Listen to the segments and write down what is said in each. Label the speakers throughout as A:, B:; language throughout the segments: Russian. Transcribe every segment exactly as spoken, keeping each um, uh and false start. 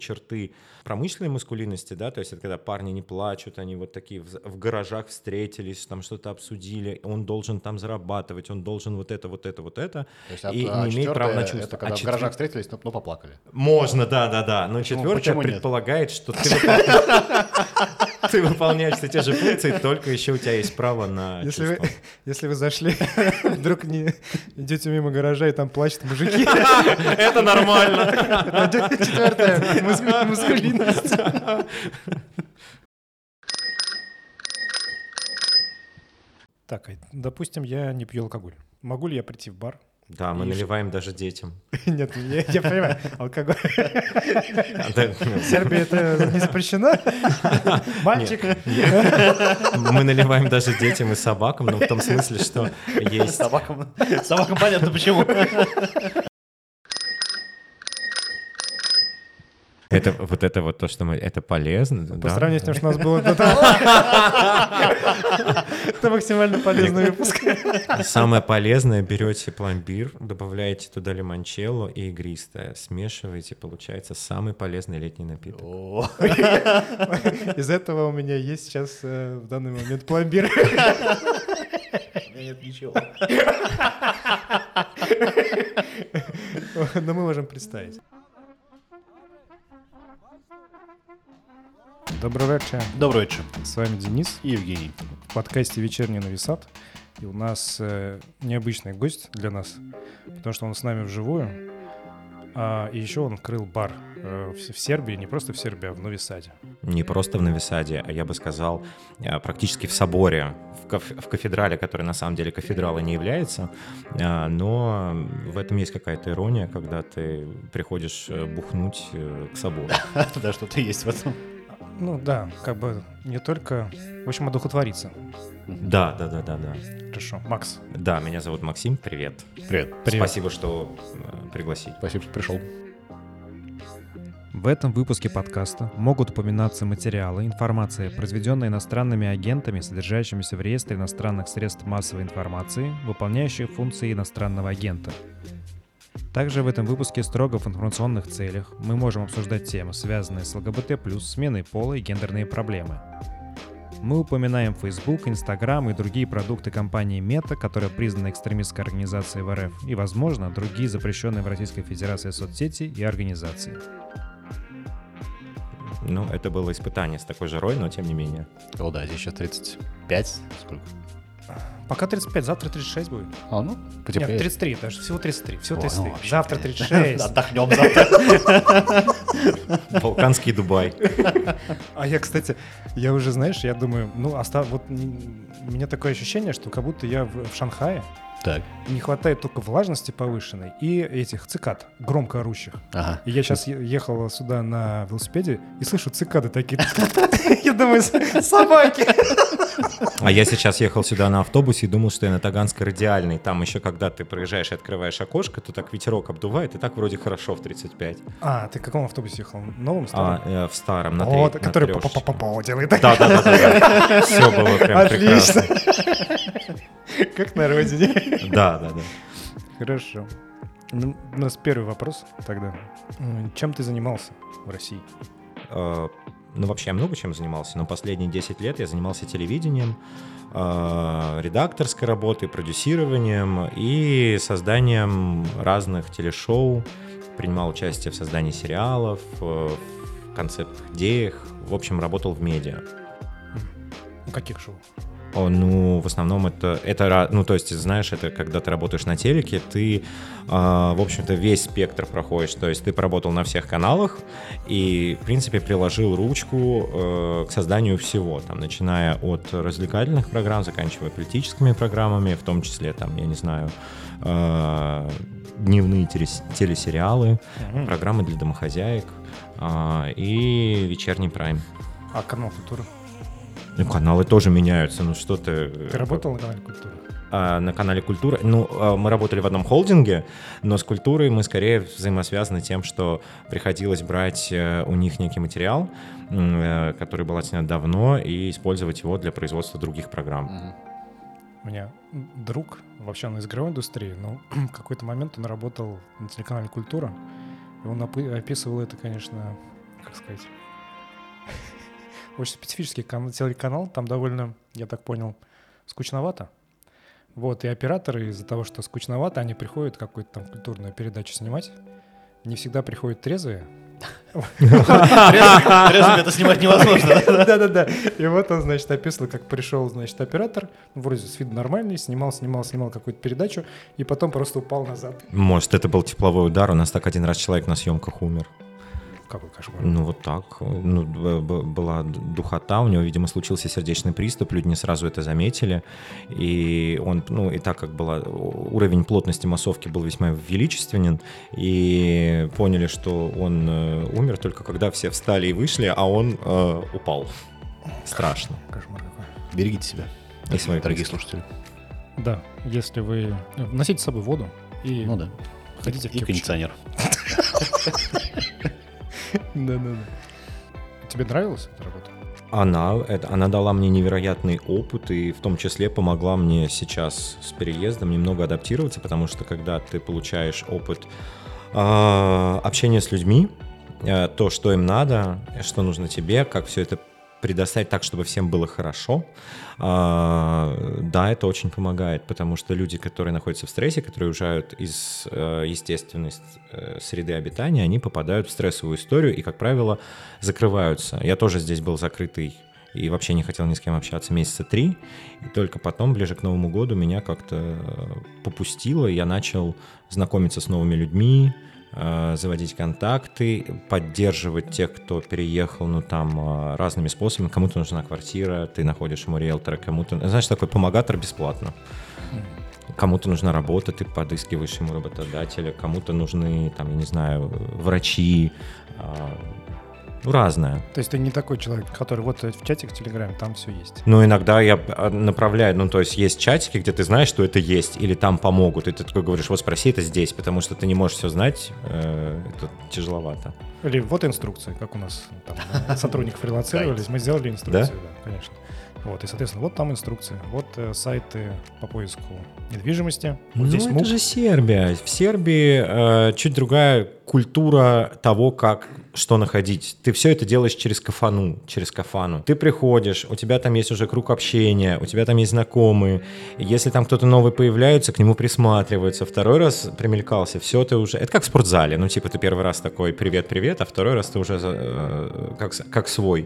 A: черты промышленной маскулинности, да, то есть это когда парни не плачут, они вот такие в, в гаражах встретились, там что-то обсудили, он должен там зарабатывать, он должен вот это, вот это, вот это,
B: то есть,
A: и
B: а,
A: не имеет права на чувства.
B: Это когда
A: а
B: в
A: четвер...
B: гаражах встретились, но, но поплакали.
A: Можно, да-да-да, но
B: Почему?
A: четвертое
B: Почему
A: предполагает, что ты выполняешь... Ты выполняешь все те же функции, только еще у тебя есть право на
C: Если
A: чувства.
C: вы, если вы зашли, вдруг не идете мимо гаража, и там плачут мужики.
A: Это нормально.
C: Четвертое, мускулинность. Так, допустим, я не пью алкоголь. Могу ли я прийти в бар?
A: Да, мы
C: И
A: наливаем даже детям.
C: Нет, я, я понимаю, алкоголь.
A: А, да, ну,
C: В Сербии это не запрещено? Мальчик.
A: Мы наливаем даже детям и собакам, но в том смысле, что есть...
B: Собакам, собакам понятно почему.
A: Это вот это вот то, что мы... Это полезно,
C: По
A: да?
C: сравнению с тем, что у нас было до того. Это максимально полезный выпуск.
A: Самое полезное, берете пломбир, добавляете туда лимончелло и игристое, смешиваете, получается самый полезный летний напиток.
C: Из этого у меня есть сейчас э, в данный момент пломбир.
B: У меня нет ничего.
C: Но мы можем представить. Добрый вечер.
B: Добрый вечер.
C: С вами Денис
B: И Евгений.
C: в подкасте «Вечерний Новисад». И у нас э, необычный гость для нас, потому что он с нами вживую. А, и еще он открыл бар э, в, в Сербии, не просто в Сербии, а в Нови-Саде.
A: Не просто в Нови-Саде, а я бы сказал, э, практически в соборе, в, каф- в кафедрале, которая на самом деле кафедралой не является, э, но в этом есть какая-то ирония, когда ты приходишь э, бухнуть э, к собору.
B: Да, что-то есть в этом.
C: Ну да, как бы не только... В общем, одухотвориться.
A: Да, да, да, да, да.
C: Хорошо. Макс.
A: Да, меня зовут Максим, привет.
B: Привет.
C: Привет.
A: Спасибо, что э, пригласили.
B: Спасибо, что пришел.
D: В этом выпуске подкаста могут упоминаться материалы, информация, произведенная иностранными агентами, содержащимися в реестре иностранных средств массовой информации, выполняющих функции иностранного агента. Также в этом выпуске строго в информационных целях мы можем обсуждать темы, связанные с ЛГБТ+, сменой пола и гендерные проблемы. Мы упоминаем Facebook, Instagram и другие продукты компании Meta, которая признана экстремистской организацией в эр эф, и, возможно, другие запрещенные в Российской Федерации соцсети и организации.
A: Ну, это было испытание с такой жарой, но тем не менее.
B: О, да, здесь сейчас тридцать пять. Сколько?
C: Пока тридцать пять, завтра тридцать шесть будет.
B: А, ну, потеплее.
C: Нет, тридцать три, даже всего тридцать три. Всего
B: Ой,
C: тридцать три.
B: ну, вообще,
C: завтра
B: конечно.
C: тридцать шесть.
B: Отдохнем завтра.
A: Балканский Дубай.
C: А я, кстати, я уже, знаешь, я думаю, ну, оста... вот м, у меня такое ощущение, что как будто я в, в Шанхае,
B: Так,
C: не хватает только влажности повышенной и этих цикад, громко орущих.
B: ага.
C: И я сейчас ехал сюда на велосипеде и слышу цикады такие. Я думаю, собаки.
A: А я сейчас ехал сюда на автобусе и думал, что я на Таганской радиальной. Там еще, когда ты проезжаешь и открываешь окошко, то так ветерок обдувает, и так вроде хорошо в тридцать пять.
C: А, ты в каком автобусе ехал? Новом,
A: А
C: старом?
A: э, в старом, на
C: О,
A: треть- на
C: который
A: трёшечке.
C: па-па-па-па делает.
A: Да-да-да. Все было прям
C: Отлично.
A: прекрасно.
C: Как на родине.
A: Да, да, да.
C: Хорошо. Ну, у нас первый вопрос тогда. М, Чем ты занимался в России?
A: Э, Ну, вообще, я много чем занимался, но последние десять лет я занимался телевидением, э, редакторской работой, продюсированием и созданием разных телешоу, принимал участие в создании сериалов, э, в концепт-идеях, в общем, работал в медиа.
C: Ну, каких шоу?
A: О, ну, в основном это, это, ра- ну, то есть, знаешь, это когда ты работаешь на телеке, ты, э, в общем-то, весь спектр проходишь, то есть ты поработал на всех каналах и, в принципе, приложил ручку э, к созданию всего, там, начиная от развлекательных программ, заканчивая политическими программами, в том числе, там, я не знаю, э, дневные телес- телесериалы,
C: Мгм.
A: программы для домохозяек э, и вечерний прайм.
C: А канал «Культура»?
A: Ну, каналы тоже меняются, ну что ты...
C: Ты работал на канале «Культура»?
A: А, на канале «Культура». Ну, а, мы работали в одном холдинге, но с «Культурой» мы скорее взаимосвязаны тем, что приходилось брать э, у них некий материал, м, э, который был отснят давно, и использовать его для производства других программ.
B: Мгм.
C: У меня друг, вообще он из игровой индустрии, но в какой-то момент он работал на телеканале «Культура», и он опы- описывал это, конечно, как сказать, очень специфический кан- телеканал, там довольно, я так понял, скучновато. Вот, и операторы из-за того, что скучновато, они приходят какую-то там культурную передачу снимать, не всегда приходят трезвые.
B: Трезвым это снимать невозможно.
C: Да-да-да. И вот он, значит, описывал, как пришел, значит, оператор, ну, вроде с виду нормальный, снимал, снимал, снимал какую-то передачу, и потом просто упал назад.
A: Может, это был тепловой удар. У нас так один раз человек на съемках умер.
C: Какой кошмар.
A: Ну, вот так. Ну, б- б- была духота, у него, видимо, случился сердечный приступ, люди не сразу это заметили. И он, ну, и так как была, уровень плотности массовки был весьма величественен, и поняли, что он э, умер только когда все встали и вышли, а он э, упал. Страшно.
C: Кошмар какой.
B: Берегите себя,
A: И своих
B: дорогие
A: близких.
B: слушатели.
C: Да, если вы... ну, носите с собой воду и
B: Ну да.
C: ходите в
B: И
C: кепочке.
B: кондиционер.
C: Да-да-да. Тебе нравилась эта работа?
A: Она, это, она дала мне невероятный опыт и в том числе помогла мне сейчас с переездом немного адаптироваться, потому что когда ты получаешь опыт э, общения с людьми, э, то, что им надо, что нужно тебе, как все это предоставить так, чтобы всем было хорошо, э, да, это очень помогает, потому что люди, которые находятся в стрессе, которые уезжают из э, естественной э, среды обитания, они попадают в стрессовую историю и, как правило, закрываются. Я тоже здесь был закрытый и вообще не хотел ни с кем общаться месяца три, и только потом, ближе к Новому году, меня как-то попустило, и я начал знакомиться с новыми людьми, заводить контакты, поддерживать тех, кто переехал, ну, там, разными способами. Кому-то нужна квартира, ты находишь ему риэлтора, кому-то... Знаешь, такой помогатор бесплатно. Кому-то нужна работа, ты подыскиваешь ему работодателя, кому-то нужны, там, я не знаю, врачи, ну, разное.
C: То есть ты не такой человек, который вот в чатик в Телеграме, там все есть.
A: Ну, иногда я направляю, ну, то есть есть чатики, где ты знаешь, что это есть, или там помогут, и ты такой говоришь, вот спроси это здесь, потому что ты не можешь все знать, э, это тяжеловато.
C: Или вот инструкция, как у нас там да, сотрудников релацировались, мы сделали инструкцию, да, конечно. Вот, и, соответственно, вот там инструкции, вот э, сайты по поиску недвижимости. Вот
A: Ну,
C: здесь
A: это
C: МУП.
A: же Сербия. В Сербии э, чуть другая культура того, как что находить. Ты все это делаешь через кафану, через кафану. Ты приходишь, у тебя там есть уже круг общения, у тебя там есть знакомые. И если там кто-то новый появляется, к нему присматриваются. Второй раз примелькался, все ты уже... Это как в спортзале. Ну, типа, ты первый раз такой «привет-привет», а второй раз ты уже э, как, как свой.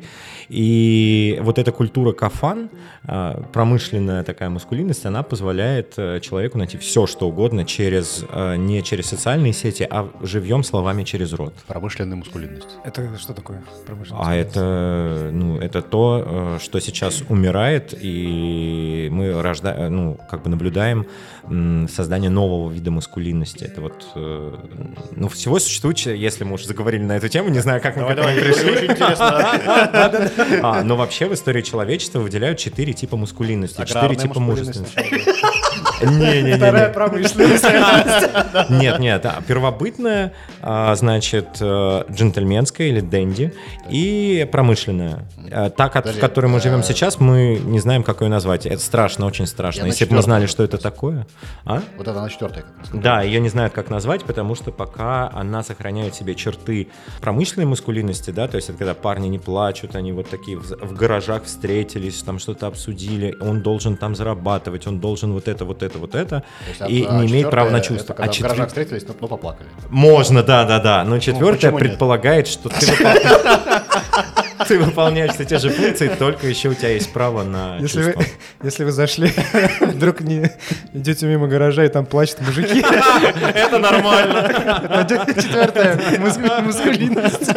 A: И вот эта культура кафан, э, промышленная такая маскулинность, она позволяет э, человеку найти все, что угодно через, э, не через социальные сети, а живьем словами через рот.
B: Промышленная мускулинность.
C: Это что такое промышленность?
A: А это, ну, это то, что сейчас умирает, и мы рожда... ну, как бы наблюдаем создание нового вида маскулинности. Это вот, ну, всего существует, если мы уже заговорили на эту тему, не знаю, как мы к этому пришли.
B: Очень интересно.
A: А, но вообще в истории человечества выделяют четыре типа маскулинности, четыре типа мужественности. Не-не-не.
C: Вторая промышленность.
A: Нет, нет, а, первобытная, а, значит, джентльменская или денди, и промышленная. А, та, ко- в
B: Подожди,
A: которой мы живем
B: а-
A: сейчас, мы не знаем, как ее назвать. Это страшно, очень страшно.
B: Я на
A: Если бы мы знали,
B: четвертую
A: что это такое. А?
B: Вот это она четвертая как раз.
A: Да, ее не знают, как назвать, потому что пока она сохраняет в себе черты промышленной маскулинности, да, то есть это когда парни не плачут, они вот такие в, в гаражах встретились, там что-то обсудили, он должен там зарабатывать, он должен вот это, вот это, вот это,
B: То есть, а-
A: и
B: а
A: не имеет права на
B: четвертая —
A: чувства.
B: это когда
A: А
B: в
A: четвер-
B: гаражах встретились, но, но поплакали.
A: Можно, да, да, да. Но четвертое
B: почему нет?
A: предполагает, что ты выпол- ты выполняешь все те же функции, только еще у тебя есть право на
C: Если
A: чувства.
C: вы, если вы зашли, вдруг не идете мимо гаража, и там плачут мужики.
A: Это нормально.
C: Четвертая муску- мускулинность.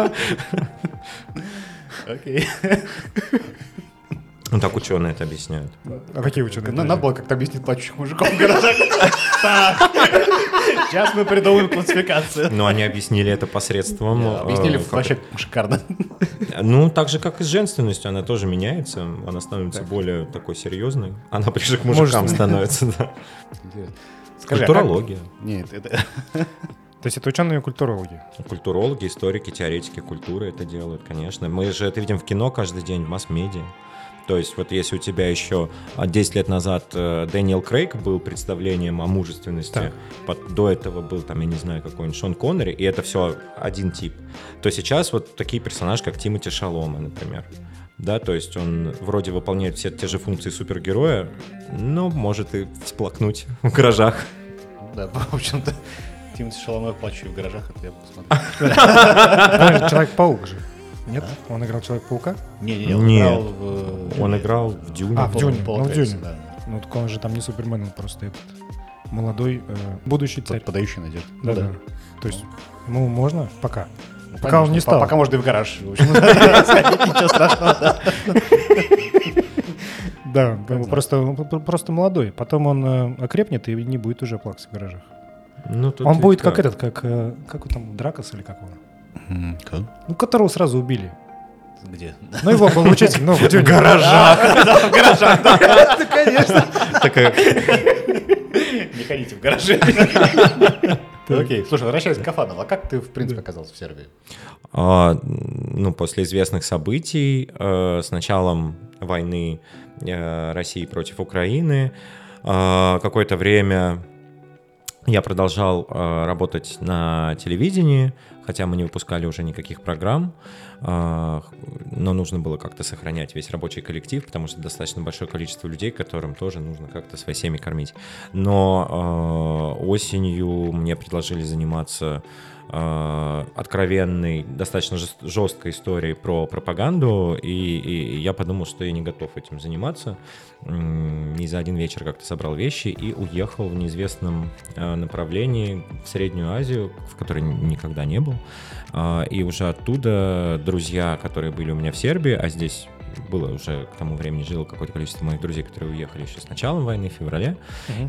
B: Окей.
A: Ну так ученые это объясняют.
C: А какие ученые?
B: Ну, надо было как-то объяснить плачущих мужиков в гаражах. Так. Сейчас мы придумаем классификацию.
A: Но они объяснили это посредством... э,
B: Объяснили
A: как-
B: вообще шикарно.
A: Ну, так же, как и с женственностью, она тоже меняется, она становится более такой серьезной. Она ближе к мужикам
C: Мужественной.
A: становится, да.
B: Интересно. Скажи, а как-
A: Культурология.
B: Нет, это...
C: То есть это ученые-культурологи?
A: Культурологи, историки, теоретики культуры это делают, конечно. Мы же это видим в кино каждый день, в масс-медиа. То есть вот если у тебя еще десять лет назад э, Дэниел Крейг был представлением о мужественности, под, до этого был там, я не знаю, какой-нибудь Шон Коннери, и это все один тип, то сейчас вот такие персонажи, как Тимоти Шаломе, например. Да, то есть он вроде выполняет все те же функции супергероя, но может и всплакнуть в гаражах.
B: Да, в общем-то, Тимоти Шаломе плачу в гаражах, это я посмотрел.
C: Человек-паук же. Нет? Он играл Человека-паука?
B: Не-не-не, он
A: Нет.
B: играл в...
A: Он играл в Дюне.
C: А, в Дюне.
B: Пола
C: Ну, в
B: Трейси,
C: Дюне.
B: да.
C: Ну, так он же там не Супермен, он просто этот молодой э, будущий царь.
B: Подающий надежду.
C: Да, да. То есть ему можно пока.
B: Ну,
C: Пока он
B: конечно.
C: не стал.
B: Пока можно и в гараж. В общем, ничего страшного, да.
C: Да, просто, он просто молодой. Потом он э, окрепнет и не будет уже плакать в гаражах.
A: Ну, тут
C: Он
A: ведь
C: будет как этот, как, э, как он там, Дракос или как он? Ну, которого сразу убили.
B: Где?
C: Ну, его был учитель, ну, в Дюне.
A: В гаражах.
B: В гаражах, да, конечно.
A: Такая,
B: Не ходите в гаражи. Окей, слушай, возвращаясь к Кафанову, а как ты, в принципе, оказался в Сербии?
A: а, ну, после известных событий, э, с началом войны э, России против Украины, э, какое-то время я продолжал э, работать на телевидении, хотя мы не выпускали уже никаких программ, э, но нужно было как-то сохранять весь рабочий коллектив, потому что достаточно большое количество людей, которым тоже нужно как-то свои семьи кормить. Но э, осенью мне предложили заниматься э, откровенной, достаточно жест- жесткой историей про пропаганду, и, и я подумал, что я не готов этим заниматься. И за один вечер как-то собрал вещи и уехал в неизвестном э, направлении в Среднюю Азию, в которой никогда не был. Э, и уже оттуда друзья, которые были у меня в Сербии, а здесь было уже к тому времени жило какое-то количество моих друзей, которые уехали еще с началом войны, в феврале.
C: Мгм.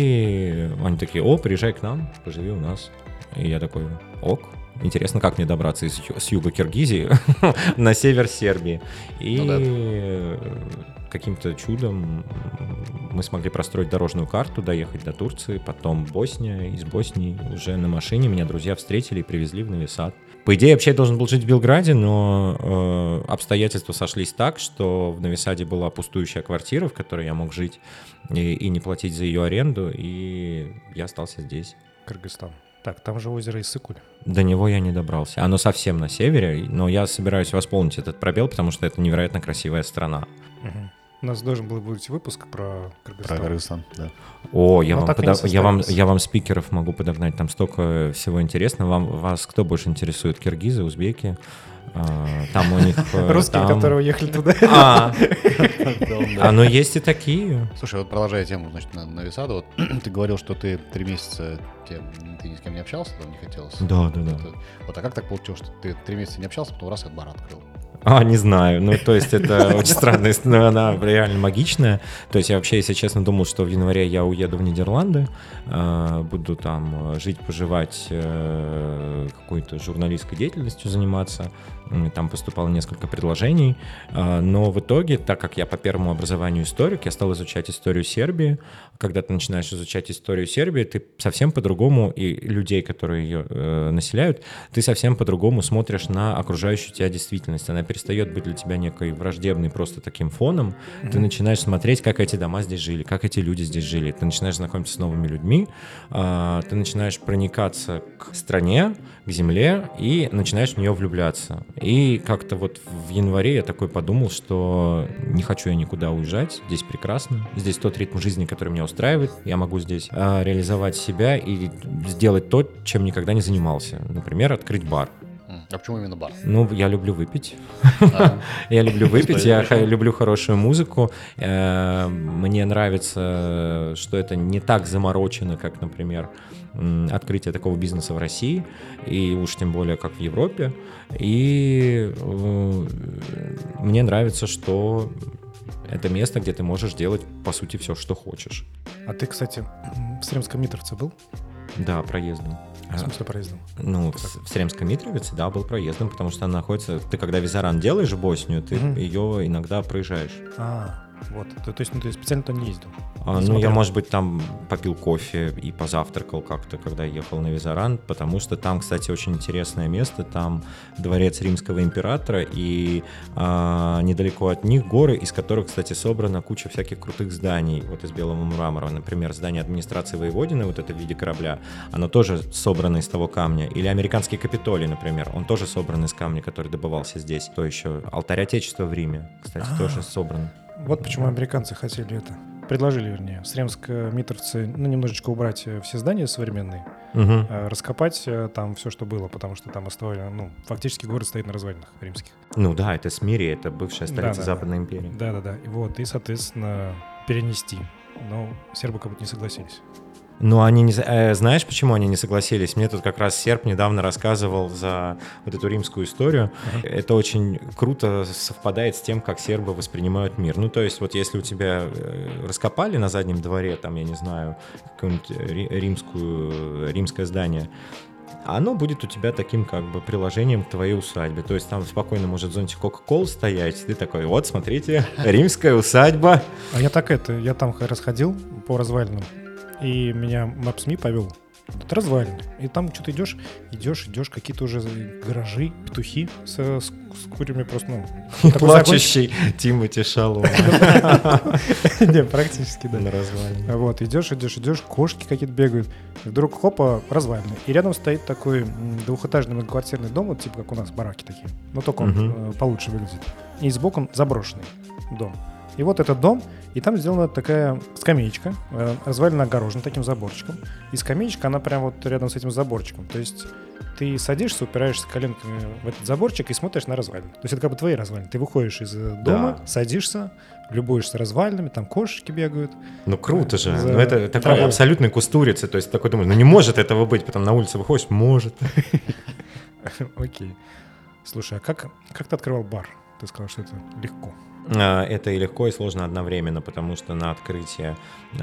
A: И они такие: о, приезжай к нам, поживи у нас. И я такой: ок. Интересно, как мне добраться из, ю- с юга Киргизии на север Сербии. И
B: Ну да.
A: э, каким-то чудом мы смогли простроить дорожную карту, доехать до Турции, потом Босния. Из Боснии уже на машине меня друзья встретили и привезли в Нови Сад. По идее, вообще я должен был жить в Белграде, но э, обстоятельства сошлись так, что в Нови Саде была пустующая квартира, в которой я мог жить и, и не платить за ее аренду, и я остался здесь.
C: Кыргызстан. Так, там же озеро Иссык-Куль.
A: До него я не добрался. Оно совсем на севере, но я собираюсь восполнить этот пробел, потому что это невероятно красивая страна.
C: Мгм. У нас должен был быть выпуск про
B: Про
C: Кыргызстан.
B: Кыргызстан, да.
A: О, я,
C: Но
A: вам,
C: так и не
A: подо- я, вам,
C: состоялось.
A: я вам спикеров могу подогнать, там столько всего интересного. Вам, вас кто больше интересует? Киргизы, узбеки? А, там у них... э,
C: Русские,
A: там-
C: которые уехали туда.
A: А,
B: Да,
A: а, ну есть и такие.
B: Слушай, вот продолжая тему, значит, на, на Висаду, вот ты говорил, что ты три месяца те- ты ни с кем не общался, там не хотелось.
A: Да, да, да.
B: Это- Вот, а как так получилось, что ты три месяца не общался, потом раз и бар открыл?
A: А, не знаю. Ну, то есть это очень странная история, но она реально магичная. То есть я вообще, если честно, думал, что в январе я уеду в Нидерланды, э, буду там жить, поживать, э, какой-то журналистской деятельностью заниматься. М, Там поступало несколько предложений. Э, Но в итоге, так как я по первому образованию историк, я стал изучать историю Сербии. Когда ты начинаешь изучать историю Сербии, ты совсем по-другому, и людей, которые ее э, населяют, ты совсем по-другому смотришь на окружающую тебя действительность. Она перестает быть для тебя некой враждебной просто таким фоном. Ты начинаешь смотреть, как эти дома здесь жили, как эти люди здесь жили. Ты начинаешь знакомиться с новыми людьми, а, ты начинаешь проникаться к стране, к земле и начинаешь в нее влюбляться. И как-то вот в январе я такой подумал, что не хочу я никуда уезжать, здесь прекрасно, здесь тот ритм жизни, который меня устраивает, я могу здесь а, реализовать себя и сделать то, чем никогда не занимался. Например, открыть бар.
B: М, А почему именно бар?
A: Ну, я люблю выпить.
B: А,
A: Я люблю выпить,
B: Что
A: я
B: это?
A: х- люблю хорошую музыку. Э, Мне нравится, что это не так заморочено, как, например, м, открытие такого бизнеса в России, и уж тем более, как в Европе. И э, мне нравится, что это место, где ты можешь делать, по сути, все, что хочешь.
C: А ты, кстати, в Сремском Митровце был?
A: Да, проездом.
C: В смысле проездом?
A: Ну, в, в Сремской Митровице, да, был проездом, потому что она находится... Ты когда визаран делаешь в Боснию, ты
C: Мгм.
A: ее иногда проезжаешь.
C: А, Вот. То, то есть, ну, ты специально туда не ездил?
A: А, ну,
C: Смотрел.
A: я, может быть, там попил кофе и позавтракал как-то, когда ехал на Визаран, потому что там, кстати, очень интересное место. Там дворец римского императора, и а, недалеко от них горы, из которых, кстати, собрана куча всяких крутых зданий, вот из белого мрамора. Например, здание администрации Воеводины, вот это в виде корабля, оно тоже собрано из того камня. Или американский Капитолий, например, он тоже собран из камня, который добывался здесь. То еще алтарь Отечества в Риме, кстати,
C: А.
A: тоже собран.
C: Вот почему американцы хотели это. Предложили, вернее, сремско-митровцы, ну, немножечко убрать э, все здания современные,
A: Угу.
C: э, раскопать э, там все, что было, потому что там оставили, ну, фактически город стоит на развалинах римских.
A: Ну да, это Смирия, это бывшая столица
C: Да-да-да.
A: Западной империи.
C: Да-да-да. И вот, и, соответственно, перенести. Но сербы как будто не согласились.
A: Ну, они не... за- э, знаешь, почему они не согласились? Мне тут как раз серб недавно рассказывал за вот эту римскую историю.
C: Ага.
A: Это очень круто совпадает с тем, как сербы воспринимают мир. Ну, то есть вот если у тебя э, раскопали на заднем дворе, там, я не знаю, какое-нибудь ри- римскую, римское здание, оно будет у тебя таким как бы приложением к твоей усадьбе. То есть там спокойно может зонтик Кока-Колы стоять. Ты такой, вот, смотрите, римская усадьба.
C: А я так это, я там расходил по развалинам, и меня Maps.me повел. Тут развалины. И там что-то идешь, идешь, идешь, какие-то уже гаражи, петухи с, с, с курями просто, ну... такой
A: Плачущий Тимоти Шалом
C: закончик. Не, практически, да.
A: на развалине.
C: Вот, идешь, идешь, идешь, кошки какие-то бегают. И вдруг, хопа, развалины. И рядом стоит такой м, двухэтажный многоквартирный дом, вот типа как у нас, бараки такие. Но только он
A: Мгм.
C: э, получше выглядит. И сбоку заброшенный дом. И вот этот дом, и там сделана такая скамеечка, э, развалина огорожена таким заборчиком. И скамеечка, она прям вот рядом с этим заборчиком. То есть ты садишься, упираешься коленками в этот заборчик и смотришь на развалины. То есть это как бы твои развалины. Ты выходишь из э, дома,
A: Да.
C: садишься, любуешься развалинами, там кошечки бегают.
A: Ну круто же.
C: За-
A: Ну это такой
C: Да.
A: абсолютный кустурица. То есть такой думаешь, ну не может этого быть. Потом на улице выходишь, может.
C: Окей. Слушай, а как, как ты открывал бар? Ты сказал, что это легко.
A: А, Это и легко, и сложно одновременно, потому что на открытие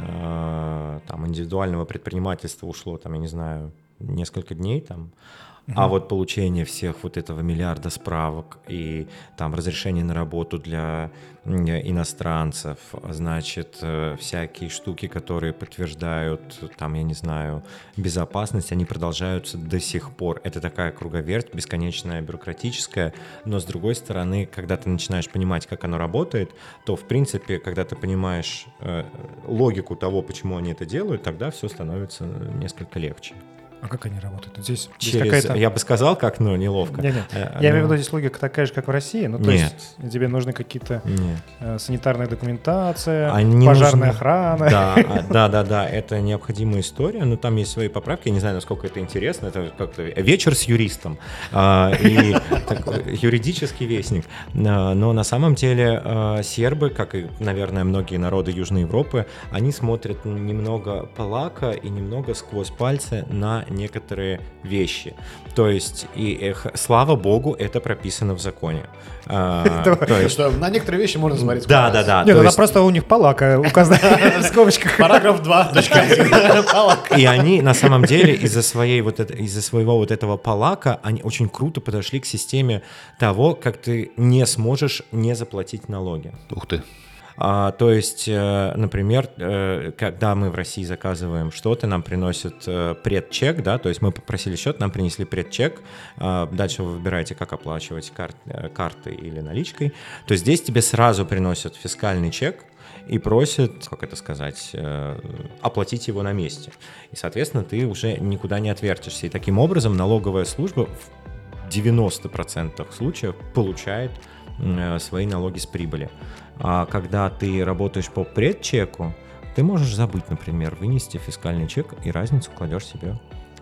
A: а, там, индивидуального предпринимательства ушло, там, я не знаю, несколько дней там. А вот получение всех вот этого миллиарда справок и там разрешение на работу для м, иностранцев, значит, э, всякие штуки, которые подтверждают, там, я не знаю, безопасность, они продолжаются до сих пор. Это такая круговерть, бесконечная, бюрократическая, но с другой стороны, когда ты начинаешь понимать, как оно работает, то, в принципе, когда ты понимаешь э, логику того, почему они это делают, тогда все становится несколько легче.
C: А как они работают? Вот Здесь, здесь
A: Через,
C: какая-то...
A: я бы сказал, как, но неловко.
C: Не-не.
A: Э,
C: Я имею в
A: ну,
C: виду, здесь логика такая же, как в России. Ну, то
A: Нет.
C: есть тебе нужны какие-то
A: Нет.
C: э, санитарная документация,
A: Они
C: пожарная
A: нужны-
C: охрана.
A: Да, а, да, да, да, это необходимая история, но там есть свои поправки, я не знаю, насколько это интересно, это как-то вечер с юристом, а, и такой юридический вестник, А, но на самом деле а, сербы, как и, наверное, многие народы Южной Европы, они смотрят немного полака и немного сквозь пальцы на некоторые вещи, то есть, и эх, слава богу, это прописано в законе. А,
C: Давай.
A: то есть,
B: Что на некоторые вещи можно смотреть.
A: да, да, да.
C: Нет,
A: то
C: ну,
A: есть-
C: просто у них палака указана в скобочках.
B: Параграф два, точка один. Палак.
A: И они на самом деле из-за своей вот это- из-за своего вот этого палака они очень круто подошли к системе того, как ты не сможешь не заплатить налоги.
B: Ух ты.
A: А, то есть, э, например, э, когда мы в России заказываем что-то, нам приносят э, предчек, да, то есть мы попросили счет, нам принесли предчек, а, дальше вы выбираете, как оплачивать кар- э, картой или наличкой, то здесь тебе сразу приносят фискальный чек и просят, как это сказать, э, оплатить его на месте. И, соответственно, ты уже никуда не отвертишься. И таким образом налоговая служба в девяноста процентах случаев получает э, свои налоги с прибыли. А когда ты работаешь по предчеку, ты можешь забыть, например, вынести фискальный чек и разницу кладешь себе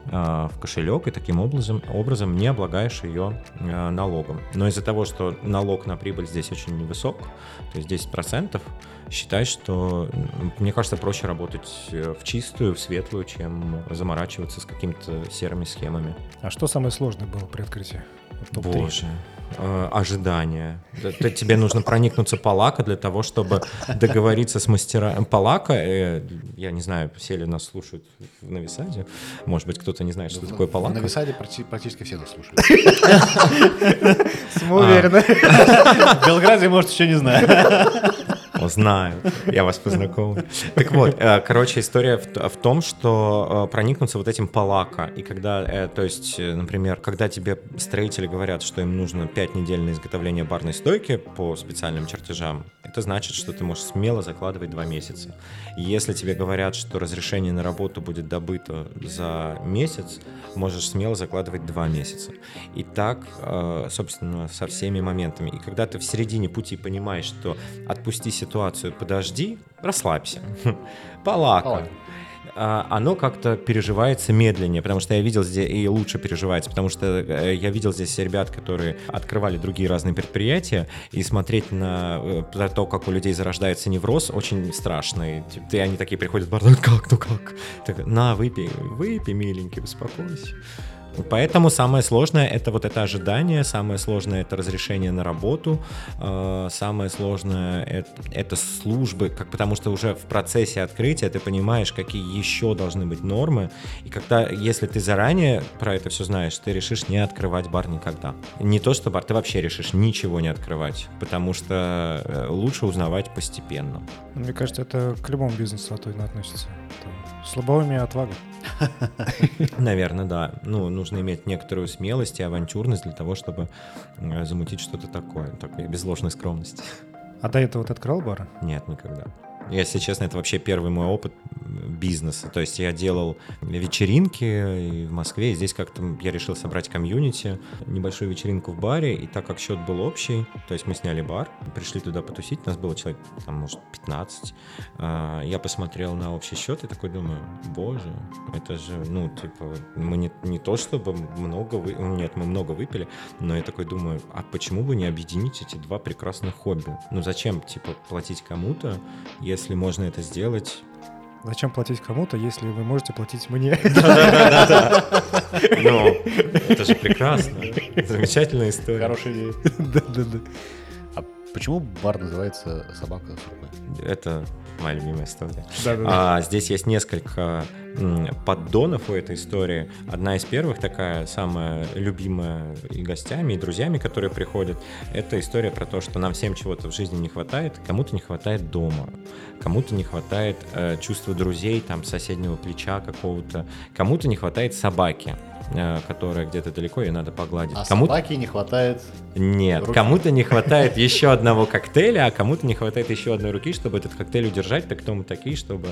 A: а, в кошелек и таким образом, образом не облагаешь ее а, налогом. Но из-за того, что налог на прибыль здесь очень невысок, то есть десять процентов, считай, что, м, мне кажется, проще работать э, в чистую, в светлую, чем заморачиваться с какими-то серыми схемами.
C: А что самое сложное было при открытии? Вот топ три.
A: Боже. Э, ожидания. Т- т- Тебе нужно проникнуться палака для того, чтобы договориться с мастерами. Палака, э, я не знаю, все ли нас слушают в Новисаде. Может быть, кто-то не знает, что такое
B: На
A: палака.
B: Висаде практи- практически все нас слушают.
C: Уверена.
B: В Белграде, может, еще не знаю.
A: Знаю, я вас познакомлю. Так вот, э, короче, история в, в том, что э, проникнуться вот этим полака. И когда, э, то есть, э, например, когда тебе строители говорят, что им нужно пять недель на изготовление барной стойки по специальным чертежам, это значит, что ты можешь смело закладывать два месяца. И если тебе говорят, что разрешение на работу будет добыто за месяц, можешь смело закладывать два месяца. И так, э, собственно, со всеми моментами. И когда ты в середине пути понимаешь, что отпусти ситуацию, подожди, расслабься. Полака.
B: Полака.
A: А, оно как-то переживается медленнее, потому что я видел здесь, и лучше переживается, потому что я видел здесь ребят, которые открывали другие разные предприятия, и смотреть на то, как у людей зарождается невроз, очень страшно. И, и они такие приходят в бар, как, ну как? Так, на, выпей, выпей, миленький, успокойся. Поэтому самое сложное — это вот это ожидание, самое сложное — это разрешение на работу, э, самое сложное это, — это службы, как, потому что уже в процессе открытия ты понимаешь, какие еще должны быть нормы, и когда, если ты заранее про это все знаешь, ты решишь не открывать бар никогда. Не то, что бар, ты вообще решишь ничего не открывать, потому что лучше узнавать постепенно.
C: Мне кажется, это к любому бизнесу относится. Там, слабоумие и отвага.
A: Наверное, да. Ну, нужно иметь некоторую смелость и авантюрность для того, чтобы замутить что-то такое, такое без ложной скромности.
C: А до этого ты открыл бар?
A: Нет, никогда. Если честно, это вообще первый мой опыт бизнеса. То есть я делал вечеринки и в Москве, и здесь как-то я решил собрать комьюнити, небольшую вечеринку в баре, и так как счет был общий, то есть мы сняли бар, пришли туда потусить, нас было человек, там, может, пятнадцать. Я посмотрел на общий счет и такой думаю, боже, это же, ну, типа, мы не, не то чтобы много, вы... нет, мы много выпили, но я такой думаю, а почему бы не объединить эти два прекрасных хобби? Ну, зачем, типа, платить кому-то, если можно это сделать?
C: Зачем платить кому-то, если вы можете платить мне?
A: Да-да-да. Ну, это же прекрасно. Замечательная история.
B: Хорошая идея.
C: Да-да-да.
B: А почему бар называется «Собака с рукой»?
A: Это моя любимая история.
C: Да-да-да.
A: А, здесь есть несколько м, поддонов у этой истории. Одна из первых, такая самая любимая и гостями, и друзьями, которые приходят, это история про то, что нам всем чего-то в жизни не хватает, кому-то не хватает дома, кому-то не хватает э, чувства друзей, там, соседнего плеча какого-то, кому-то не хватает собаки, э, которая где-то далеко, ее надо погладить.
B: А
A: кому-то...
B: собаке не хватает...
A: Нет,
B: руки.
A: Кому-то не хватает еще одного коктейля, а кому-то не хватает еще одной руки, чтобы этот коктейль удержать. Так кто мы такие, чтобы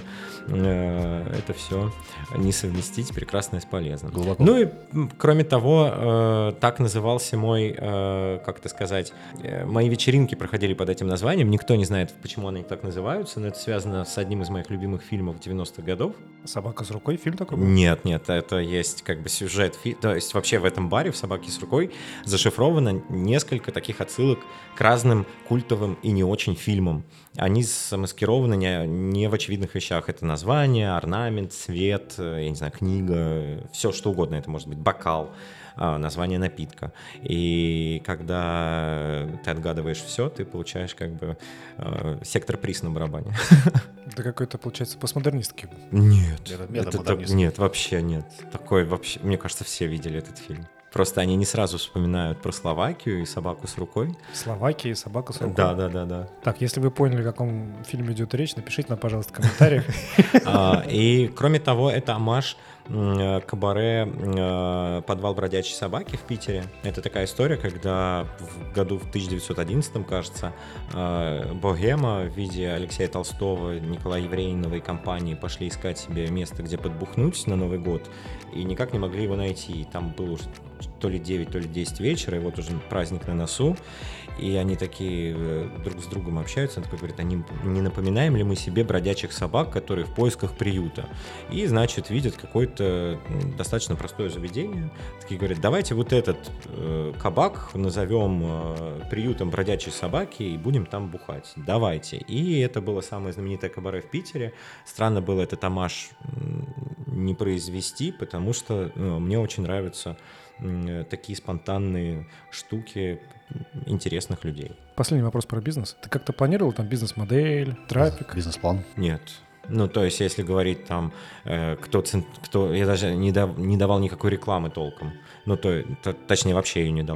A: э, это все не совместить прекрасное с полезным.
B: Глубоко.
A: Ну и м, кроме того, э, так назывался мой, э, как это сказать, э, мои вечеринки проходили под этим названием. Никто не знает, почему они так называются, но это связано с одним из моих любимых фильмов девяностых годов.
C: «Собака с рукой» фильм такой был?
A: Нет, нет, это есть как бы сюжет. Фи... То есть вообще в этом баре, в «Собаке с рукой», зашифровано несколько таких отсылок к разным культовым и не очень фильмам. Они замаскированы не, не в очевидных вещах. Это название, орнамент, цвет, я не знаю, книга, все что угодно. Это может быть бокал, название напитка. И когда ты отгадываешь все, ты получаешь как бы э, сектор приз на барабане.
C: Это какой-то, получается, постмодернистский.
A: Нет,
B: Это
A: это
B: метамодернизм.
A: так- нет, вообще нет. Такой вообще, мне кажется, все видели этот фильм. Просто они не сразу вспоминают про Словакию и собаку с рукой.
C: Словакия и «Собака с рукой».
A: Да, да, да, да.
C: Так, если вы поняли, о каком фильме идет речь, напишите нам, пожалуйста, в комментариях.
A: А, И кроме того, это омаж м, кабаре м, «Подвал бродячей собаки» в Питере. Это такая история, когда в году в тысяча девятьсот одиннадцатом, кажется, э, богема в виде Алексея Толстого, Николая Еврейнова и компании пошли искать себе место, где подбухнуть на Новый год, и никак не могли его найти. И там было уже то ли девять, то ли десять вечера, и вот уже праздник на носу. И они такие э, друг с другом общаются. Он такой говорит, а не, не напоминаем ли мы себе бродячих собак, которые в поисках приюта? И, значит, видят какое-то м, достаточно простое заведение. Такие говорят, давайте вот этот э, кабак назовем э, приютом бродячей собаки и будем там бухать. Давайте. И это было самое знаменитое кабаре в Питере. Странно было этот омаж м, не произвести, потому что ну, мне очень нравятся м, такие спонтанные штуки интересных людей.
C: Последний вопрос про бизнес. Ты как-то планировал там бизнес-модель, трафик?
B: Бизнес-план.
A: Нет. Ну, то есть, если говорить там, э, кто, цен- кто... Я даже не, дав- не давал никакой рекламы толком. Ну, то, то- точнее, вообще ее не давал.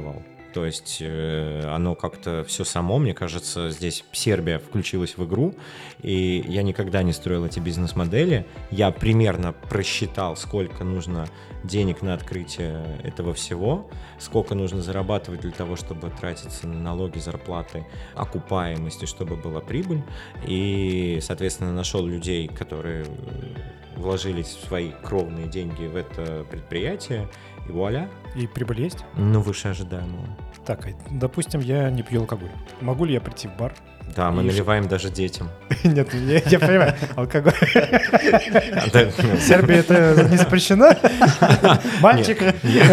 A: То есть э, оно как-то все само, мне кажется, здесь Сербия включилась в игру, и я никогда не строил эти бизнес-модели. Я примерно просчитал, сколько нужно денег на открытие этого всего, сколько нужно зарабатывать для того, чтобы тратиться на налоги, зарплаты, окупаемости, чтобы была прибыль. И, соответственно, нашел людей, которые вложились в свои кровные деньги в это предприятие, и вуаля.
C: И прибыль есть?
A: Ну, выше ожидаемого.
C: Так, допустим, я не пью алкоголь. Могу ли я прийти в бар?
A: Да, мы
C: И
A: наливаем даже детям.
C: Нет, я, я понимаю, алкоголь. В Сербии это не запрещено? Мальчик.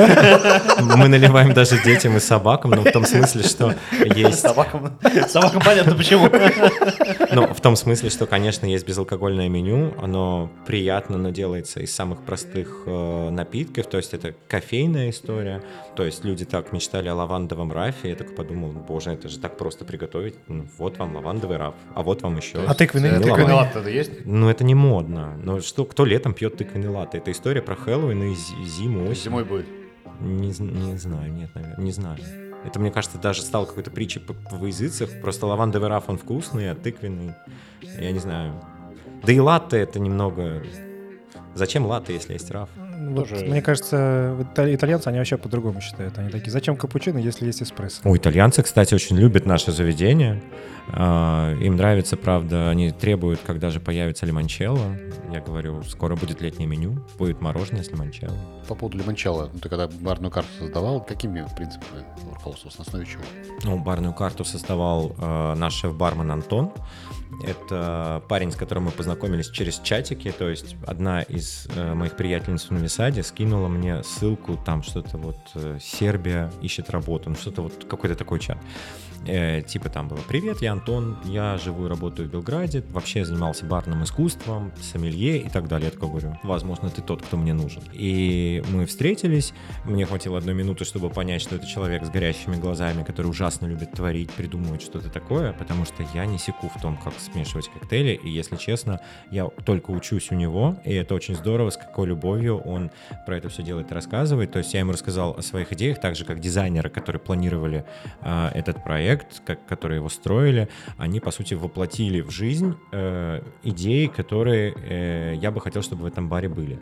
A: Мы наливаем даже детям и собакам, но в том смысле, что есть...
B: Собакам, собакам понятно почему.
A: Ну, в том смысле, что, конечно, есть безалкогольное меню, оно приятно, но делается из самых простых э, напитков, то есть это кофейная история, то есть люди так мечтали о лавандовом рафе, я так подумал, боже, это же так просто приготовить, ну, вот вам лавандовый раф, а вот вам еще...
C: А тыквенный?
A: не
B: Тыквенный
A: лаванда.
B: латте тогда есть?
A: Ну, это не модно, но что, кто летом пьет тыквенный латте? Это история про Хэллоуин и зи- зиму, осень.
B: Зимой будет.
A: Не, з- не знаю, нет, наверное, не знаю. Это, мне кажется, даже стало какой-то притчей по- во языцах. Просто лавандовый раф, он вкусный, а тыквенный, я не знаю. Да и латте это немного... Зачем латте, если есть раф?
C: Вот,
B: Тоже-
C: мне кажется, италь- итальянцы, они вообще по-другому считают. Они такие, зачем капучино, если есть эспрессо?
A: О, итальянцы, кстати, очень любят наше заведение. А, Им нравится, правда, они требуют, когда же появится лимончелло. Я говорю, скоро будет летнее меню, будет мороженое с лимончелло.
B: По поводу лимончелло, ну, ты когда барную карту создавал, какими принципами руководствовался, на основе чего?
A: Ну, барную карту создавал э, наш шеф-бармен Антон. Это парень, с которым мы познакомились через чатики. То есть одна из э, моих приятельниц в Новисаде скинула мне ссылку, там что-то вот э, Сербия ищет работу, ну что-то вот какой-то такой чат. Э, типа там было: «Привет, я Антон, я живу и работаю в Белграде, вообще занимался барным искусством, сомелье и так далее». Я такой говорю: возможно, ты тот, кто мне нужен. И мы встретились, мне хватило одной минуты, чтобы понять, что это человек с горящими глазами, который ужасно любит творить, придумывать что-то такое, потому что я не секу в том, как смешивать коктейли, и, если честно, я только учусь у него, и это очень здорово, с какой любовью он про это все делает и рассказывает. То есть я ему рассказал о своих идеях, так же, как дизайнеры, которые планировали э, этот проект, как, которые его строили, они, по сути, воплотили в жизнь э, идеи, которые э, я бы хотел, чтобы в этом баре были.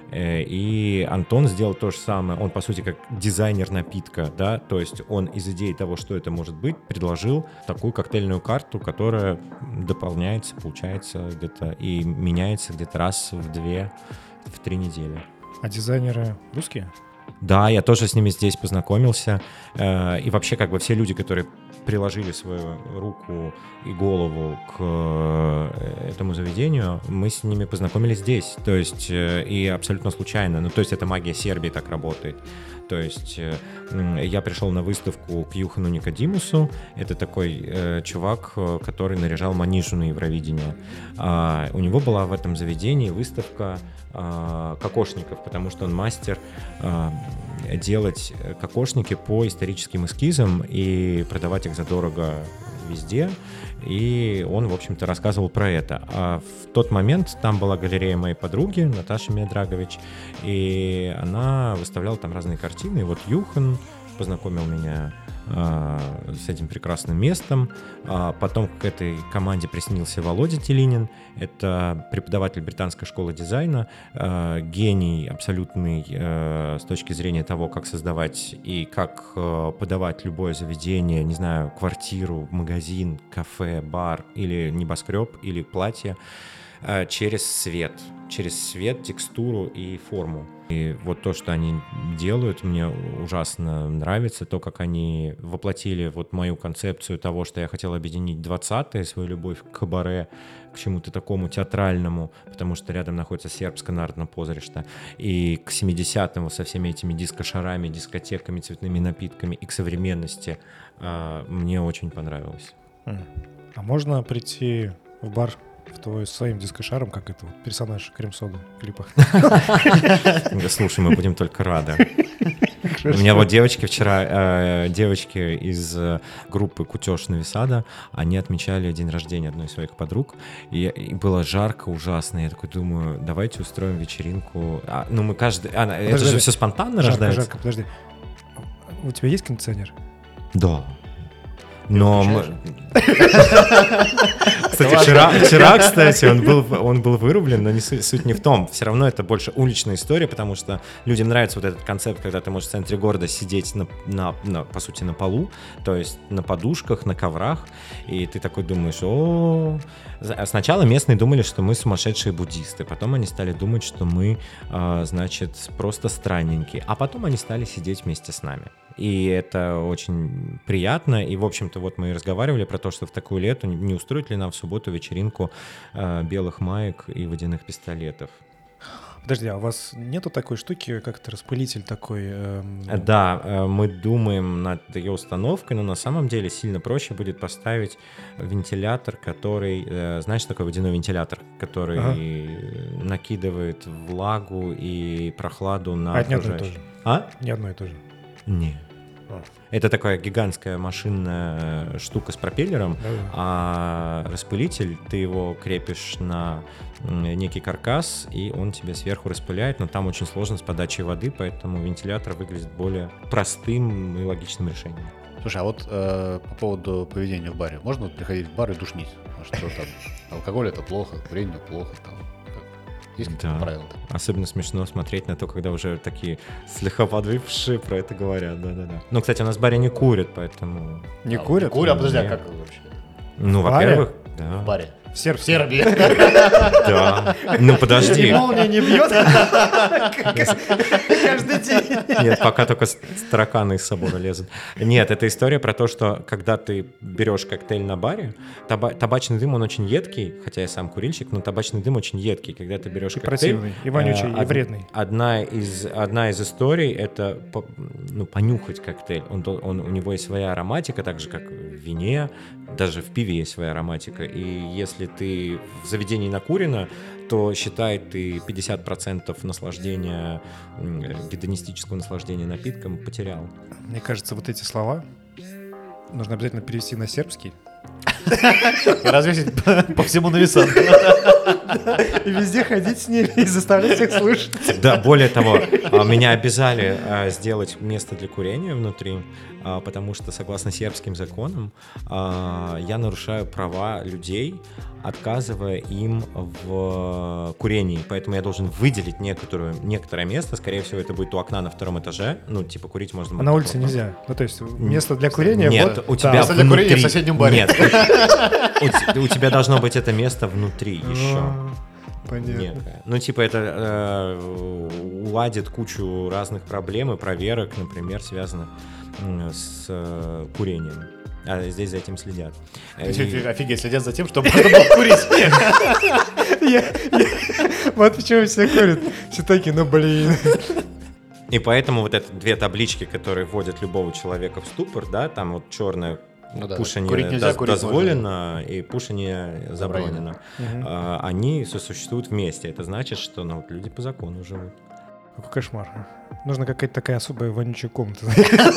A: И Антон сделал то же самое. Он, по сути, как дизайнер напитка, да, то есть он из идеи того, что это может быть, предложил такую коктейльную карту, которая дополняется, получается, где-то и меняется где-то раз в две, в три недели.
C: А дизайнеры русские?
A: Да, я тоже с ними здесь познакомился. И вообще, как бы все люди, которые приложили свою руку и голову к этому заведению, мы с ними познакомились здесь. То есть, и абсолютно случайно. Ну, то есть, это магия Сербии так работает. То есть, я пришел на выставку к Юхану Никодимусу. Это такой э, чувак, который наряжал Манижу на Евровидение. А, у него была в этом заведении выставка э, кокошников, потому что он мастер э, делать кокошники по историческим эскизам и продавать их задорого везде. И он, в общем-то, рассказывал про это. А в тот момент там была галерея моей подруги, Наташи Медрагович, и она выставляла там разные картины. И вот Юхан познакомил меня э, с этим прекрасным местом. А потом к этой команде приснился Володя Телинин. Это преподаватель британской школы дизайна, э, гений абсолютный э, с точки зрения того, как создавать и как э, подавать любое заведение, не знаю, квартиру, магазин, кафе, бар или небоскреб, или платье, э, через свет. Через свет, текстуру и форму. И вот то, что они делают, мне ужасно нравится. То, как они воплотили вот мою концепцию того, что я хотел объединить двадцатые, свою любовь к кабаре, к чему-то такому театральному, потому что рядом находится сербская народная позришта, и к семидесятым со всеми этими диско-шарами, дискотеками, цветными напитками, и к современности. Мне очень понравилось.
C: А можно прийти в бар в твой своим дискошаром, как это вот, персонаж Крем-сода в клипах?
A: Слушай, мы будем только рады. У меня вот девочки вчера, э, девочки из э, группы Кутеж Новисада, они отмечали день рождения одной из своих подруг, и, и было жарко, ужасно. Я такой думаю, давайте устроим вечеринку. А, ну мы каждый, а, это же все спонтанно
C: жарко,
A: рождается.
C: Жарко, подожди. У тебя есть кондиционер?
A: Да. Но мы...
B: включаешь?
A: Кстати, вчера, вчера, кстати, он был, он был вырублен, но не суть, суть не в том. Все равно это больше уличная история, потому что людям нравится вот этот концепт, когда ты можешь в центре города сидеть, на, на, на, по сути, на полу, то есть на подушках, на коврах, и ты такой думаешь, о... Сначала местные думали, что мы сумасшедшие буддисты, потом они стали думать, что мы, значит, просто странненькие, а потом они стали сидеть вместе с нами. И это очень приятно, и, в общем-то, вот мы и разговаривали про то, что в такую лету не устроить ли нам в субботу вечеринку э, белых маек и водяных пистолетов.
C: Подожди, а у вас нету такой штуки, как это распылитель такой? Эм...
A: Да, э, мы думаем над ее установкой, но на самом деле сильно проще будет поставить вентилятор, который, э, знаешь, такой водяной вентилятор, который ага. накидывает влагу и прохладу на
C: а это не одно и то же.
A: А?
C: Не одно и то же.
A: Нет. Это такая гигантская машинная штука с пропеллером, да. А распылитель, ты его крепишь на некий каркас, и он тебе сверху распыляет, но там очень сложно с подачей воды, поэтому вентилятор выглядит более простым и логичным решением.
B: Слушай, а вот э, по поводу поведения в баре. Можно вот приходить в бар и душнить? Что там? Алкоголь — это плохо, курение — плохо, там. Есть какие-то
A: да.
B: правила?
A: Особенно смешно смотреть на то, когда уже такие слегка подвыпившие про это говорят. Да-да-да. Ну, кстати, у нас в баре не курят, поэтому...
C: Не
B: а,
C: курят?
B: Не курят? А подожди,
A: Нет.
B: а как вообще?
A: Ну,
C: в
A: во-первых...
C: баре?
A: Да.
B: В баре.
C: В Сербии.
B: В Сербии.
A: Да. Ну, подожди.
C: И молния не бьет каждый день.
A: Нет, пока только тараканы из собора лезут. Нет, это история про то, что когда ты берешь коктейль на баре, таба- табачный дым, он очень едкий, хотя я сам курильщик, но табачный дым очень едкий. Когда ты берешь
C: И
A: коктейль...
C: противный, и вонючий,
A: э,
C: и вредный.
A: Одна из, одна из историй — это по, ну, понюхать коктейль. Он, он, у него есть своя ароматика, так же, как в вине, даже в пиве есть своя ароматика. И если ты в заведении накурено, то считай, ты пятьдесят процентов наслаждения, гедонистического наслаждения напитком потерял.
C: Мне кажется, вот эти слова нужно обязательно перевести на сербский.
B: И развесить по всему нависам.
C: И везде ходить с ними и заставлять всех слушать.
A: Да, более того, меня обязали сделать место для курения внутри, потому что, согласно сербским законам, я нарушаю права людей, отказывая им в курении. Поэтому я должен выделить некоторую, некоторое место. Скорее всего, это будет у окна на втором этаже. Ну, типа, курить можно...
C: А на улице нельзя? Ну, то есть место для курения...
A: Нет,
C: вот,
A: у
C: да.
A: тебя
B: Место для
A: внутри...
B: курения в соседнем баре.
A: Нет, у, у тебя должно быть это место внутри еще.
C: А, понятно.
A: Некое. Ну, типа, это э, уладит кучу разных проблем и проверок, например, связанных э, с э, курением. А здесь за этим следят. И...
B: Офигеть, следят за тем, чтобы можно было курить.
C: Вот почему все курят. Все такие, ну блин.
A: И поэтому вот это две таблички, которые вводят любого человека в ступор, да, там вот черное
B: Ну да,
A: пушение
B: курить нельзя,
A: доз-
B: курить
A: дозволено и пушение заборонено.
C: Мгм.
A: А, они сосуществуют вместе. Это значит, что ну, вот люди по закону живут.
C: Какой кошмар. Нужна какая-то такая особая вонючая комната.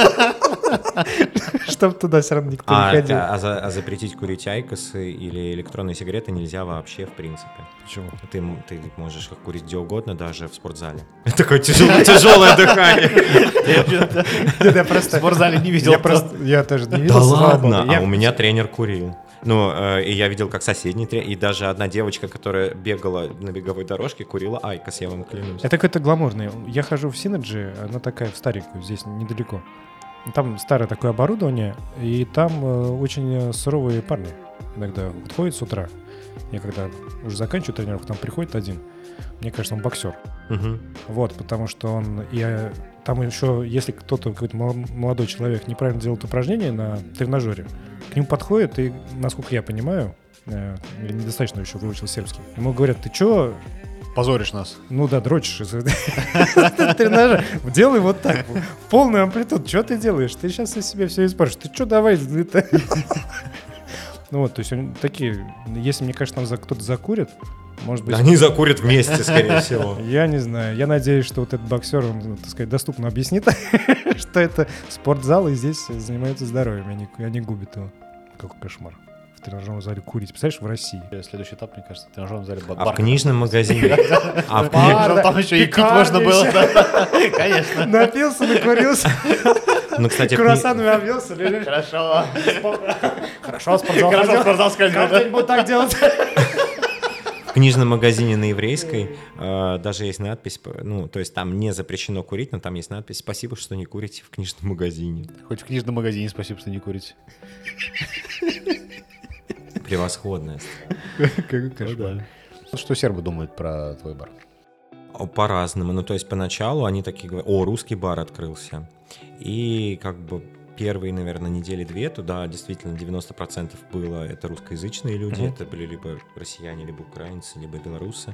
C: Чтобы туда все равно никто не
A: А,
C: ходил.
A: а за- а запретить курить айкосы или электронные сигареты нельзя вообще, в принципе.
C: Почему?
A: Ты, м- ты можешь их курить где угодно, даже в спортзале. Такое тяжелое, тяжелое дыхание.
C: Я просто
B: В спортзале не видел.
C: Я просто, я тоже не видел.
A: Да
C: слава
A: ладно,
C: богу.
A: а
C: Я-
A: у меня тренер курил. Ну, э, и я видел, как соседний тренер, и даже одна девочка, которая бегала на беговой дорожке, курила айкос, я вам клянусь.
C: Это какой-то гламурный. Я хожу в Synergy, она такая в старенькую, здесь недалеко. Там старое такое оборудование, и там э, очень суровые парни иногда подходят с утра. Я когда уже заканчиваю тренировку, там приходит один. Мне кажется, он боксер.
A: Мгм.
C: Вот, потому что он... Я, там еще, если кто-то, какой-то мол- молодой человек неправильно делает упражнение на тренажере, к нему подходит, и, насколько я понимаю, э, я недостаточно еще выучил сербский, ему говорят, ты чё,
B: Позоришь нас.
C: ну да, дрочишь из тренажера, делай вот так, в полную амплитуду, что ты делаешь, ты сейчас из себя все испортишь, ты что, давай, это... Ну вот, то есть они такие, если, мне кажется, там за- кто-то закурит, может быть...
A: Они закурят вместе, скорее всего.
C: Я не знаю. Я надеюсь, что вот этот боксер, он, ну, так сказать, доступно объяснит, что это спортзал, и здесь занимаются здоровьем, а не, а не губит его. Какой кошмар. В тренажерном зале курить. Представляешь, в России.
B: Следующий этап, мне кажется, в тренажерном зале
A: А в
B: бар.
A: книжном магазине? А в кни-
B: Бар, там еще и пить
C: Пекарня
B: можно было.
C: еще.
B: да. Конечно.
C: Напился, накурился.
A: Ну, кстати, в кни-
C: Круассанами обвелся, лежишь.
B: Хорошо.
C: Хорошо, спортзал.
B: Хорошо,
C: ходил.
B: спортзал сходил,
C: Каждый
B: да?
C: день буду так делать.
A: в книжном магазине на еврейской э, даже есть надпись, ну, то есть там не запрещено курить, но там есть надпись «Спасибо, что не курите в книжном магазине».
B: Хоть в книжном магазине спасибо, что не курите.
A: Превосходная.
B: Что сербы думают про твой бар?
A: По-разному. Ну, то есть поначалу они такие говорят: о, русский бар открылся. И как бы первые, наверное, недели две туда действительно девяносто процентов было это русскоязычные люди,
C: Мгм.
A: это были либо россияне, либо украинцы, либо белорусы.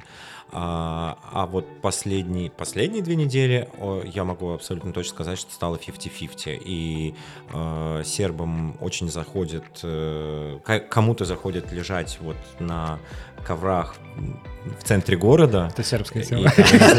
A: А, а вот последние, последние две недели о, я могу абсолютно точно сказать, что стало пятьдесят на пятьдесят. И э, сербам очень заходит, э, к- кому-то заходит лежать вот на коврах в центре города.
C: Это сербская
A: И-
C: тема.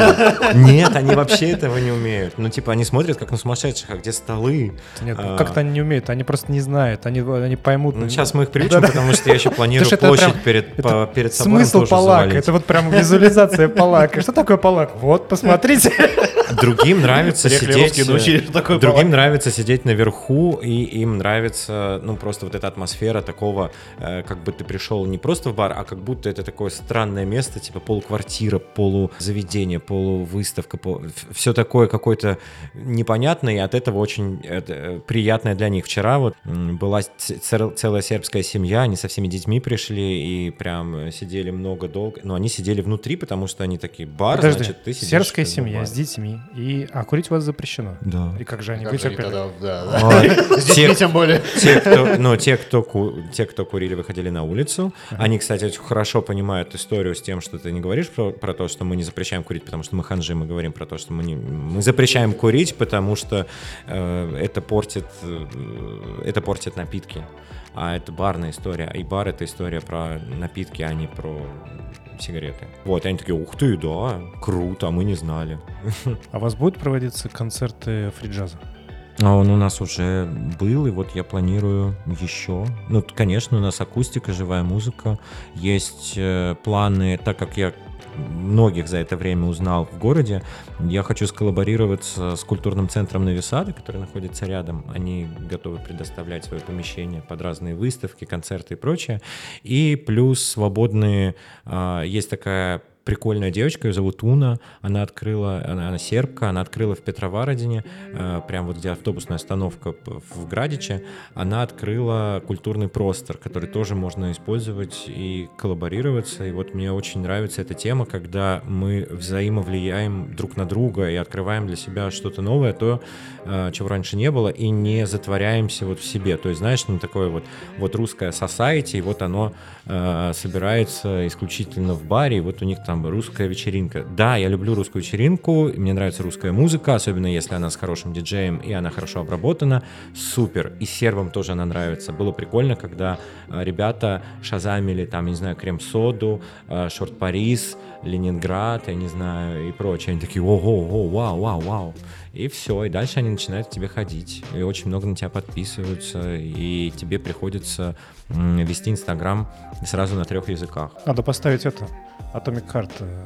A: Нет, они вообще этого не умеют. Ну, типа, они смотрят как на сумасшедших, а где столы?
C: Нет,
A: А.
C: как-то они не умеют, они просто не знают, они, они поймут.
A: Ну, сейчас мы их приучим,
C: Да-да.
A: потому что я еще планирую
C: Потому что это
A: площадь
C: прям-
A: перед,
C: это
A: по- перед собором
C: Смысл
A: тоже
C: палак,
A: завалить.
C: это вот прям визуализация палака. Что такое палак? Вот, посмотрите.
A: Другим нравится
B: Приехали
A: сидеть...
B: русские, научились, что такое
A: Другим
B: палак.
A: нравится сидеть наверху, и им нравится, ну, просто вот эта атмосфера такого, э, как бы ты пришел не просто в бар, а как будто это такое странное место, типа полуквартира, полузаведение, полувыставка, пол... все такое какое-то непонятное, и от этого очень это, э, приятное для них. Вчера вот м, была ц- цел- целая сербская семья, они со всеми детьми пришли и прям сидели много долго, но они сидели внутри, потому что они такие: бар,
C: Подожди,
A: значит, ты сидишь
C: сербская
A: как бы в
C: семья
A: баре».
C: с детьми, и, а курить у вас запрещено.
A: Да.
C: И как же они
B: Как же они
C: вытерпели?
B: тогда, да, да.
A: А,
B: С детьми
A: те-
B: тем более.
A: Те, кто, ну, те, кто, ку- те, кто курили, выходили на улицу. Они, кстати, очень хорошо понимают историю с тем, что ты не говоришь про, про то, что мы не запрещаем курить, потому что мы ханжи, мы говорим про то, что мы, не, мы запрещаем курить, потому что э, это портит, э, это портит напитки. А это барная история. И бар — это история про напитки, а не про сигареты. Вот, и они такие: ух ты, да, круто, а мы не знали.
C: А у вас будут проводиться концерты фри-джаза?
A: А он у нас уже был, и вот я планирую еще. Ну, т- конечно, у нас акустика, живая музыка. Есть э, планы, так как я многих за это время узнал в городе, я хочу сколлаборироваться с культурным центром Нови-Сада, который находится рядом. Они готовы предоставлять свое помещение под разные выставки, концерты и прочее. И плюс свободные... а, есть такая прикольная девочка, ее зовут Уна, она открыла, она, она сербка, она открыла в Петровародине, э, прям вот где автобусная остановка п- в Градиче, она открыла культурный простор, который тоже можно использовать и коллаборироваться. И вот мне очень нравится эта тема, когда мы взаимовлияем друг на друга и открываем для себя что-то новое, то, э, чего раньше не было, и не затворяемся вот в себе. То есть, знаешь, не такое вот, вот русское society, и вот оно э, собирается исключительно в баре, и вот у них там русская вечеринка. Да, я люблю русскую вечеринку, и мне нравится русская музыка, особенно если она с хорошим диджеем и она хорошо обработана. Супер. И сербам тоже она нравится. Было прикольно, когда э, ребята шазамили там, я не знаю, Крем-соду, э, Шорт Парис, Ленинград, я не знаю, и прочее. Они такие: ого, ого, вау, вау, вау. И все, и дальше они начинают к тебе ходить, и очень много на тебя подписываются, и тебе приходится м, вести Инстаграм сразу на трех языках.
C: Надо поставить это, Atomic Heart. э,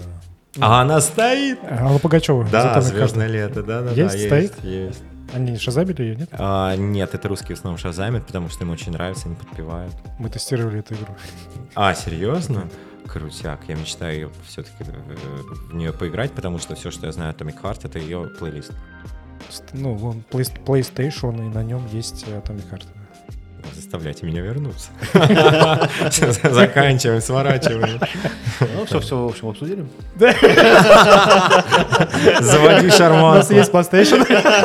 A: А она стоит!
C: Алла Пугачева. из
A: Да,
C: Atomic Heart.
A: звездное лето, да, да,
C: Есть,
A: да,
C: стоит?
A: есть, есть.
C: Они шазамили ее, нет?
A: А, нет, это русские в основном шазамят, потому что им очень нравится, они подпевают.
C: Мы тестировали эту игру.
A: А, серьезно? Крутяк, я мечтаю ее все-таки в нее поиграть, потому что все, что я знаю о Atomic Heart, это ее плейлист.
C: Ст- Ну, вон Play- PlayStation, и на нем есть Atomic Heart.
A: Заставляйте меня вернуться. Заканчиваем, сворачиваем.
B: Ну, все, все, в общем, обсудили.
A: Заводи
C: У нас
A: шарманку.
C: есть PlayStation.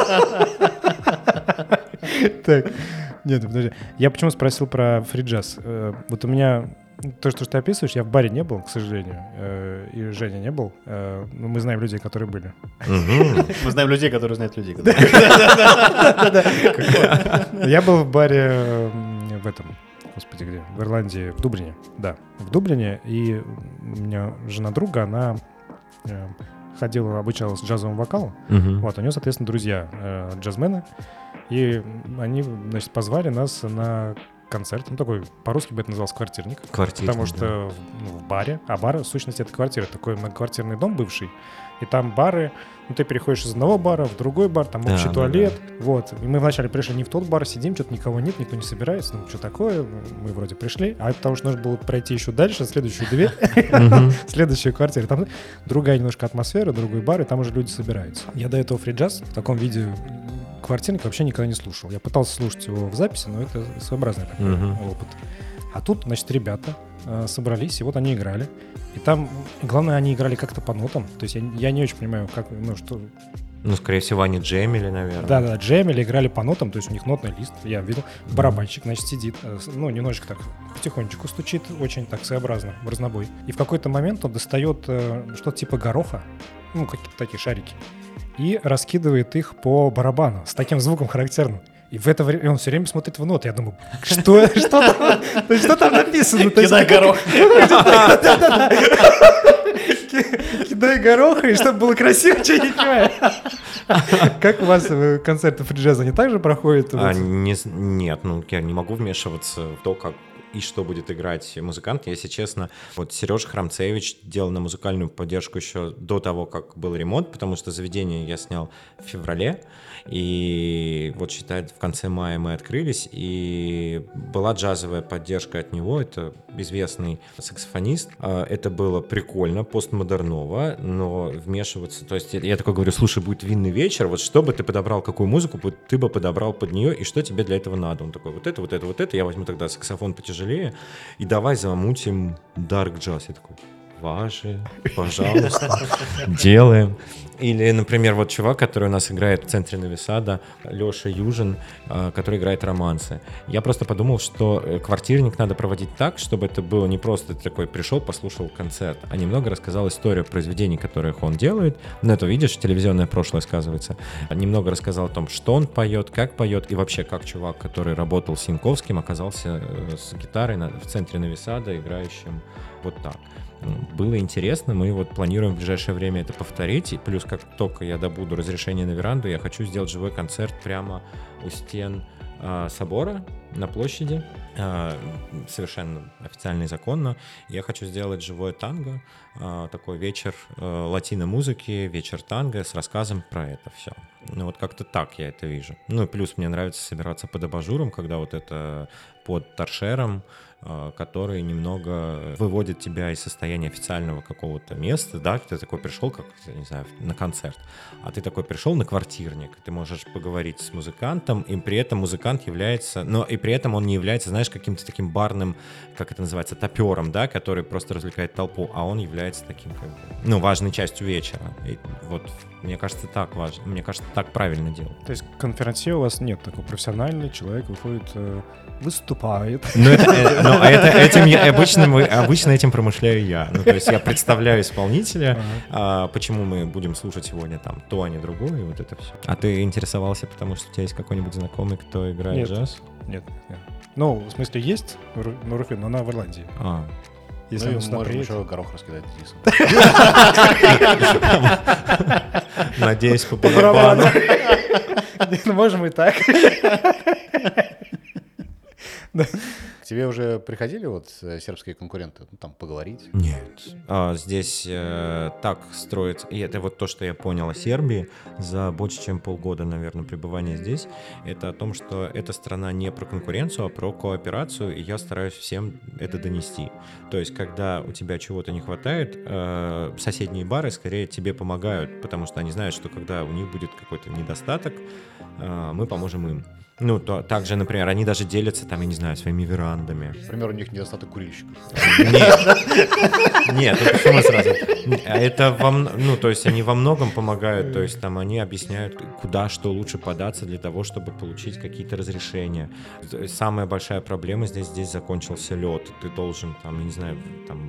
C: Так, нет, подожди. Я почему спросил про фри-джаз? Э, Вот у меня то, что ты описываешь, я в баре не был, к сожалению, э, и Женя не был. Э, Но мы знаем людей, которые были.
A: Мгм.
B: Мы знаем людей, которые знают людей.
C: Я был в баре м, в этом, господи, где? В Ирландии, в Дублине. Да, в Дублине. И у меня жена друга, она э, ходила, обучалась джазовому вокалу.
A: Мгм.
C: Вот, у нее, соответственно, друзья э, джазмены. И они, значит, позвали нас на концерт, ну такой, по-русски бы это назывался квартирник.
A: Квартирник,
C: Потому что в, ну, в баре, а бар, в сущности, это квартира, такой многоквартирный дом бывший, и там бары, ну ты переходишь из одного бара в другой бар, там общий
A: Да, да,
C: туалет, вот. И мы вначале пришли не в тот бар, сидим, что-то никого нет, никто не собирается, ну что такое, мы вроде пришли, а потому что нужно было пройти еще дальше, следующую дверь, следующую квартиру, там другая немножко атмосфера, другой бар, и там уже люди собираются. Я до этого фри-джаз в таком виде квартирник вообще никогда не слушал. Я пытался слушать его в записи, но это своеобразный такой
A: Мгм.
C: опыт. А тут, значит, ребята э, собрались, и вот они играли. И там, главное, они играли как-то по нотам. То есть я, я не очень понимаю, как, ну, что...
A: Ну, скорее всего, они джемили, наверное.
C: Да-да, джемили, играли по нотам, то есть у них нотный лист, я видел. Барабанщик, значит, сидит, э, с- ну, немножечко так потихонечку стучит, очень так своеобразно, в разнобой. И в какой-то момент он достает э, что-то типа гороха, ну, какие-то такие шарики, и раскидывает их по барабану с таким звуком характерным. И в это время он все время смотрит в ноты. Я думаю, что, что, там, то есть, что там написано? То есть,
B: Кидай горох.
C: Кидай гороха, и чтобы было красиво, что я не понимаю. Как у вас э, концерты фри-джаза, они также проходят?
A: А,
C: Вот?
A: не з- нет, ну я не могу вмешиваться в то, как и что будет играть музыкант. Если честно, вот Сережа Храмцевич делал на музыкальную поддержку еще до того, как был ремонт, потому что заведение я снял в феврале, и вот считает, в конце мая мы открылись, и была джазовая поддержка от него, это известный саксофонист. А, Это было прикольно, постмодерново, но вмешиваться, то есть я- я такой говорю, слушай, будет винный вечер, вот что бы ты подобрал, какую музыку бы ты бы подобрал под нее, и что тебе для этого надо? Он такой, вот это, вот это, вот это, я возьму тогда саксофон потяжелее, и давай замутим дарк джаз. Я такой, ваше, пожалуйста, делаем. Или, например, вот чувак, который у нас играет в центре Новисада, Леша Южин, э, который играет романсы. Я просто подумал, что э, квартирник надо проводить так, чтобы это было не просто ты такой пришел, послушал концерт, а немного рассказал историю произведений, которых он делает. Ну, это, видишь, телевизионное прошлое сказывается. Немного рассказал о том, что он поет, как поет, и вообще, как чувак, который работал с Янковским, оказался э, с гитарой на- в центре Новисада, играющим вот так. Было интересно, мы вот планируем в ближайшее время это повторить, и плюс как только я добуду разрешение на веранду, я хочу сделать живой концерт прямо у стен а, собора на площади, а, совершенно официально и законно. Я хочу сделать живое танго, а, такой вечер а, латино-музыки, вечер танго с рассказом про это все. Ну вот как-то так я это вижу. Ну и плюс мне нравится собираться под абажуром, когда вот это под торшером, а, который немного выводит тебя из состояния официального какого-то места, да, ты такой пришел, как, я не знаю, на концерт, а ты такой пришел на квартирник, ты можешь поговорить с музыкантом, и при этом музыкант является, но и при этом он не является, знаешь, каким-то таким барным, как это называется, топером, да, который просто развлекает толпу, а он является таким, как бы, ну, важной частью вечера. И вот, мне кажется, так важно, мне кажется, так правильно делать.
C: То есть конферансье у вас нет такой профессиональный, человек выходит, э, выступает.
A: Ну, это, э, ну, а это, этим я, обычно, мы, обычно этим промышляю я. Ну, то есть я представляю исполнителя, а, почему мы будем слушать сегодня там то, а не другое, и вот это все. А ты интересовался, потому что у тебя есть какой-нибудь знакомый, кто играет
C: Нет.
A: джаз?
C: Нет, нет. Ну, в смысле, есть в Ру- на Руфе, но она в Ирландии.
A: А.
C: Если
B: Ну, и
C: она сюда
B: можем
C: приедет-
B: еще горох раскидать Денису.
A: Надеюсь, по барабану.
C: Ну, можем и так.
B: К тебе уже приходили вот э, сербские конкуренты, ну, там, поговорить?
A: Нет. А, здесь э, так строится, и это вот то, что я понял о Сербии за больше, чем полгода, наверное, пребывания здесь, это о том, что эта страна не про конкуренцию, а про кооперацию, и я стараюсь всем это донести. То есть, когда у тебя чего-то не хватает, э, соседние бары скорее тебе помогают, потому что они знают, что когда у них будет какой-то недостаток, э, мы поможем им. Ну, то, также, например, они даже делятся, там, я не знаю, своими верандами.
B: Например, у них недостаток курильщиков.
A: Нет, нет, ну почему сразу? А это во, м- ну, то есть они во многом помогают, то есть там они объясняют, куда что лучше податься для того, чтобы получить какие-то разрешения. Самая большая проблема здесь, здесь закончился лед. Ты должен, там, я не знаю, там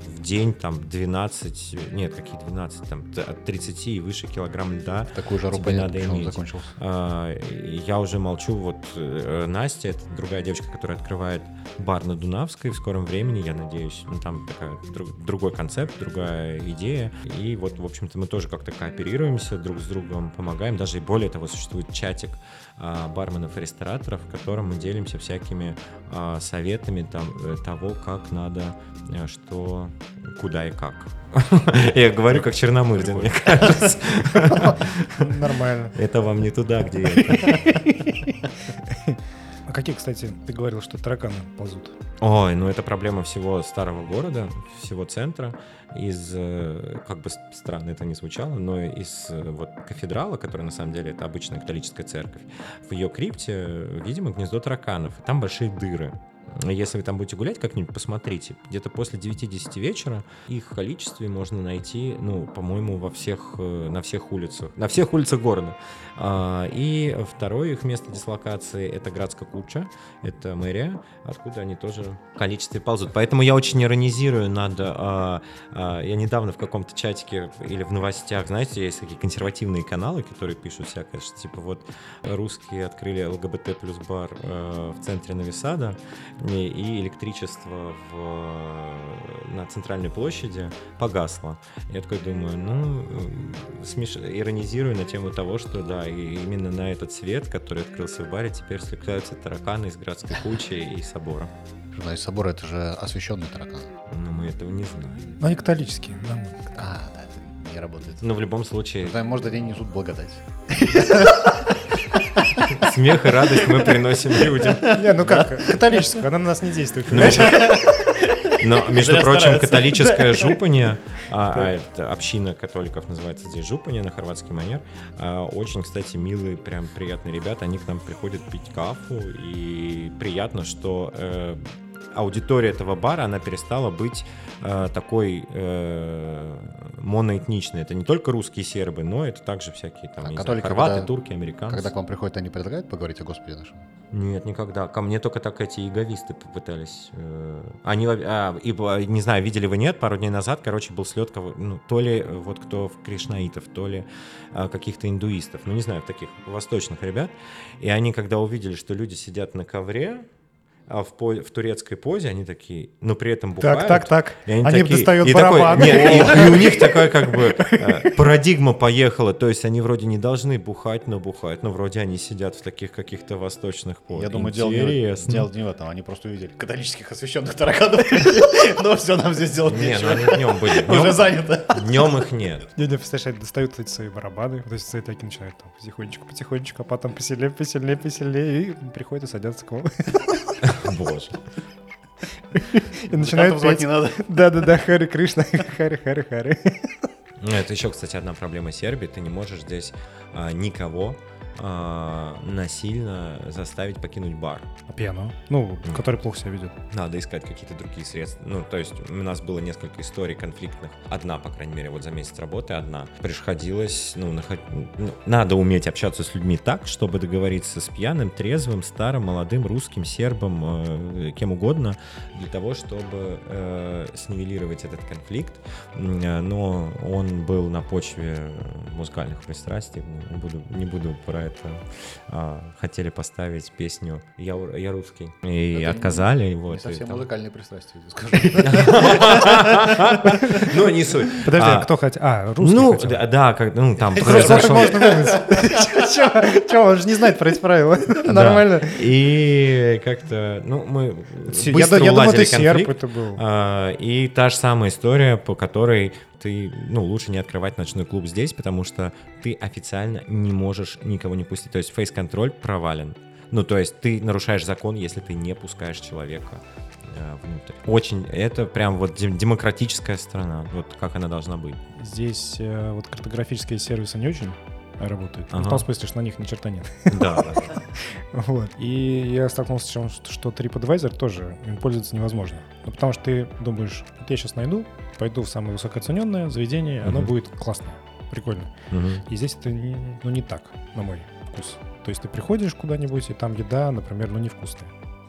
A: в день там двенадцать, нет, какие двенадцать, там от тридцати и выше килограмм льда.
B: Такую жару
A: тебе
B: понятно,
A: надо
B: почему он
A: иметь.
B: закончился.
A: А, я уже молчу, вот э, Настя, это другая девочка, которая открывает бар на Дунавской в скором времени, я надеюсь. Ну, там такая, друг, другой концепт, другая идея. И вот, в общем-то, мы тоже как-то кооперируемся друг с другом, помогаем. Даже и более того, существует чатик а, барменов и рестораторов, в котором мы делимся всякими а, советами там, того, как надо, что, куда и как. Я говорю как Черномырдин, мне кажется.
C: Нормально.
A: Это вам не туда, где это.
C: А какие, кстати, ты говорил, что тараканы ползут?
A: Ой, ну это проблема всего старого города, всего центра. Из, как бы странно это ни звучало, но из вот кафедрала, которая на самом деле это обычная католическая церковь, в ее крипте, видимо, гнездо тараканов. И там большие дыры. Если вы там будете гулять как-нибудь, посмотрите. Где-то после девяти-десяти вечера их в количестве можно найти, ну, по-моему, во всех, на всех улицах. На всех улицах города. И второе их место дислокации — это Градская куча, это мэрия, откуда они тоже в количестве ползут. Поэтому я очень иронизирую над... Я недавно в каком-то чатике или в новостях, знаете, есть такие консервативные каналы, которые пишут всякое, что типа вот русские открыли ЛГБТ плюс бар в центре Нови Сада, и электричество в, на центральной площади погасло. Я такой думаю, ну, смеш... иронизирую на тему того, что да, и именно на этот свет, который открылся в баре, теперь слетаются тараканы из Градской кучи и собора.
B: Значит, собор — это же освященный таракан.
A: Но мы этого не знаем.
C: Ну, они католические, да.
B: А, да, это не работает.
A: Но в любом случае...
B: Потому, может, они несут благодать.
A: Смех и радость мы приносим людям.
C: Не, ну как, католическая, она на нас не действует.
A: Но, между прочим, католическая Жупанья, а, а это община католиков называется здесь Жупанья на хорватский манер, а, очень, кстати, милые, прям приятные ребята, они к нам приходят пить кафу, и приятно, что э, аудитория этого бара, она перестала быть э, такой э, моноэтничной. Это не только русские сербы, но это также всякие там,
B: А
A: не знаю,
B: католики,
A: хорваты,
B: когда-
A: турки, американцы.
B: Когда к вам приходят, они предлагают поговорить о Господе нашем?
A: Нет, никогда. Ко мне только так эти иеговисты попытались. э, Они, а, и, а, не знаю, видели вы, нет, пару дней назад, короче, был слет, кого- ну, то ли э, вот кто в кришнаитов, то ли а, каких-то индуистов, ну, не знаю, таких восточных ребят. И они, когда увидели, что люди сидят на ковре, а в, по- в турецкой позе, они такие, но при этом бухают.
C: Так, так, так.
A: И они,
C: Они
A: такие,
C: достают
A: и такой,
C: барабаны.
A: нет, и, и у них такая как бы э, парадигма поехала, то есть они вроде не должны бухать, но бухают, но вроде они сидят в таких каких-то восточных позах.
B: Я думаю, дело не, в-
A: Интересно.
B: дело не в этом. Они просто увидели католических освященных тараканов. Но все, нам здесь делать
A: Не, ну
B: нечего.
A: они днем были.
B: Уже
A: Днем,
B: занято.
A: днем их нет.
C: Не, не, представляешь, они достают эти свои барабаны, то есть стоят такие, начинают там потихонечку, потихонечку, а потом посильнее, посильнее, посильнее, и приходят и садятся к вам.
A: Боже.
C: И начинают
B: звать
C: петь.
B: не надо.
C: Да-да-да, Хари Кришна, Хари, Хари, Хари.
A: Ну, это еще, кстати, одна проблема Сербии. Ты не можешь здесь а, никого а, насильно заставить покинуть бар.
C: А пьяного? Ну, который плохо себя ведет.
A: Надо искать какие-то другие средства. Ну, то есть у нас было несколько историй конфликтных. Одна, по крайней мере, вот за месяц работы одна. Приходилось, ну, наход... ну, надо уметь общаться с людьми так, чтобы договориться с пьяным, трезвым, старым, молодым, русским, сербом, э, кем угодно, для того, чтобы э, снивелировать этот конфликт. М, э, Но он был на почве музыкальных пристрастий. Не буду, не буду про это. А, хотели поставить песню «Я, у- я русский». И
B: Это
A: отказали.
B: Не
A: вот, и
B: совсем
A: там-
B: музыкальные пристрастия, скажу.
A: Ну, не суть.
C: Подожди,
A: А,
C: а кто хотел? А, русский
A: Ну,
C: хотел.
A: да, да, как, ну, там
C: Просто
A: произошел...
C: можно вымыть. Чего, он же не знает про эти правила.
A: Да.
C: Нормально.
A: И как-то, ну, мы
C: Я
A: быстро
C: ду- я думаю,
A: уладили
C: ты серб
A: конфликт.
C: это был.
A: А, И та же самая история, по которой ты, ну, лучше не открывать ночной клуб здесь, потому что ты официально не можешь никого не пустить. То есть фейс-контроль провален. Ну, то есть ты нарушаешь закон, если ты не пускаешь человека э, внутрь. Очень, это прям вот дем- демократическая страна, вот как она должна быть.
C: Здесь э, вот картографические сервисы не очень работают. Ну,
A: Ага.
C: в том смысле, что на них ни черта нет.
A: Да, да, да.
C: Вот. И я столкнулся с тем, что что TripAdvisor тоже им пользоваться невозможно. Ну, потому что ты думаешь, вот я сейчас найду, пойду в самое высокооцененное заведение, оно
A: Мгм.
C: будет классное, прикольно.
A: Мгм.
C: И здесь это не, ну, не так, на мой вкус. То есть ты приходишь куда-нибудь, и там еда, например, ну, невкусная.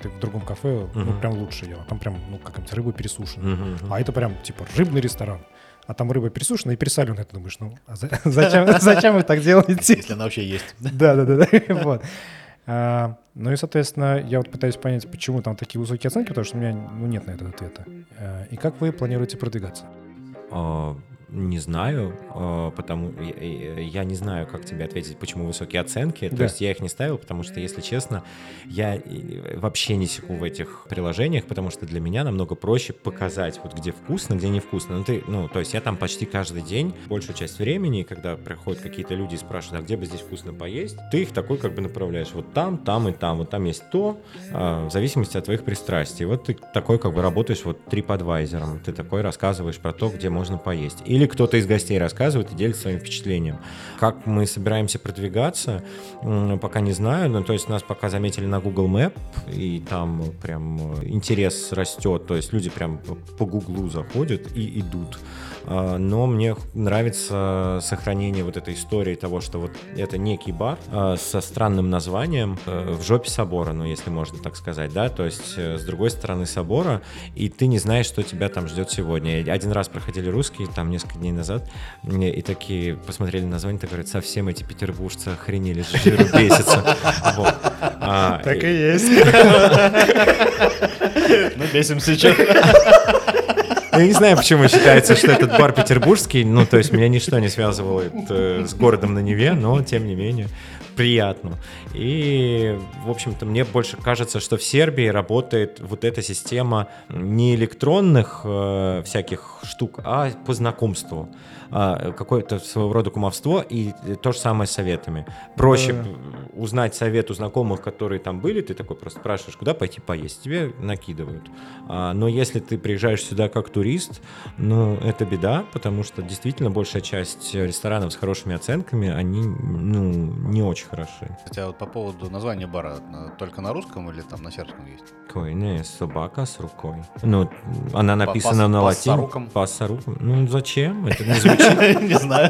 C: ты в другом кафе, ну,
A: Мгм.
C: прям лучше ел. Там прям, ну, какая-то рыба пересушенная.
A: Мгм, мгм.
C: А это прям, типа, рыбный ресторан. А там рыба пересушенная и пересоленная. Ты думаешь, ну, а за- зачем, зачем вы так делаете?
B: Если она вообще есть.
C: Да, да, да, да. Вот. А, ну и, соответственно, я вот пытаюсь понять, почему там такие высокие оценки, потому что у меня ну, нет на это ответа. А, и как вы планируете продвигаться?
A: А, Не знаю, а, потому я, я- я не знаю, как тебе ответить, почему высокие оценки. То
C: Да.
A: есть я их не ставил, потому что, если честно, я и вообще не секу в этих приложениях, потому что для меня намного проще показать, вот где вкусно, где невкусно. Ну, ты, ну, то есть я там почти каждый день, большую часть времени, когда приходят какие-то люди и спрашивают, а где бы здесь вкусно поесть, ты их такой как бы направляешь. Вот там, там и там. Вот там есть то, а, в зависимости от твоих пристрастий. Вот ты такой как бы работаешь вот TripAdvisor'ом. Ты такой рассказываешь про то, где можно поесть. Или кто-то из гостей рассказывает и делится своим впечатлением. Как мы собираемся продвигаться, м, пока не знаю. Ну, то есть нас пока заметили на Google Map, и там прям интерес растет. То есть люди прям по Гуглу заходят и идут. А, Но мне нравится сохранение вот этой истории того, что вот это некий бар а, со странным названием э, в жопе собора, ну, если можно так сказать, да, то есть э, с другой стороны собора, и ты не знаешь, что тебя там ждет сегодня. Один раз проходили русские, там несколько дней назад, и такие посмотрели название, так говорят, совсем эти петербуржцы охренели, с жиру бесятся. Вот. А,
C: Так
A: и-
C: и есть.
B: Ну, бесимся, что.
A: Я не знаю, почему считается, что этот бар петербургский, ну, то есть меня ничто не связывало э, с городом на Неве, но, тем не менее, приятно. И, в общем-то, мне больше кажется, что в Сербии работает вот эта система не электронных э, всяких штук, а по знакомству. А, какое-то своего рода кумовство, и то же самое с советами. Проще
C: Да.
A: узнать совет у знакомых, которые там были, ты такой просто спрашиваешь, куда пойти поесть, тебе накидывают. А, но если ты приезжаешь сюда как турист, ну, это беда, потому что действительно большая часть ресторанов с хорошими оценками, они, ну, не очень хороши.
B: Кстати, а вот по поводу названия бара, на- только на русском или там на сербском есть?
A: Какой, не, собака с рукой. Ну, она
B: По-
A: написана
B: пас-
A: на латине.
B: пассаруком?
A: Пассаруком. Ну, зачем? Это не звучит.
B: Не знаю.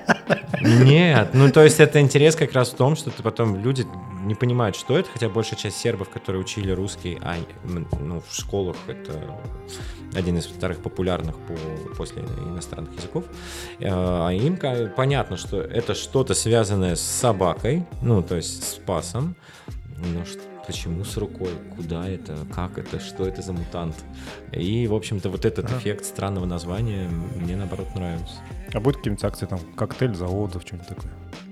A: Нет, ну то есть это интерес как раз в том, что ты потом люди не понимают, что это, хотя большая часть сербов, которые учили русский, а м, ну, в школах это один из вторых популярных по, после иностранных языков, э, а им ка- понятно, что это что-то связанное с собакой, ну то есть с пасом, но ш- почему с рукой, куда это, как это, что это за мутант. И, в общем-то, вот этот
C: Ага.
A: эффект странного названия мне, наоборот, нравится.
C: А будет какие-нибудь акции, там, коктейль за отзыв, что-нибудь такое?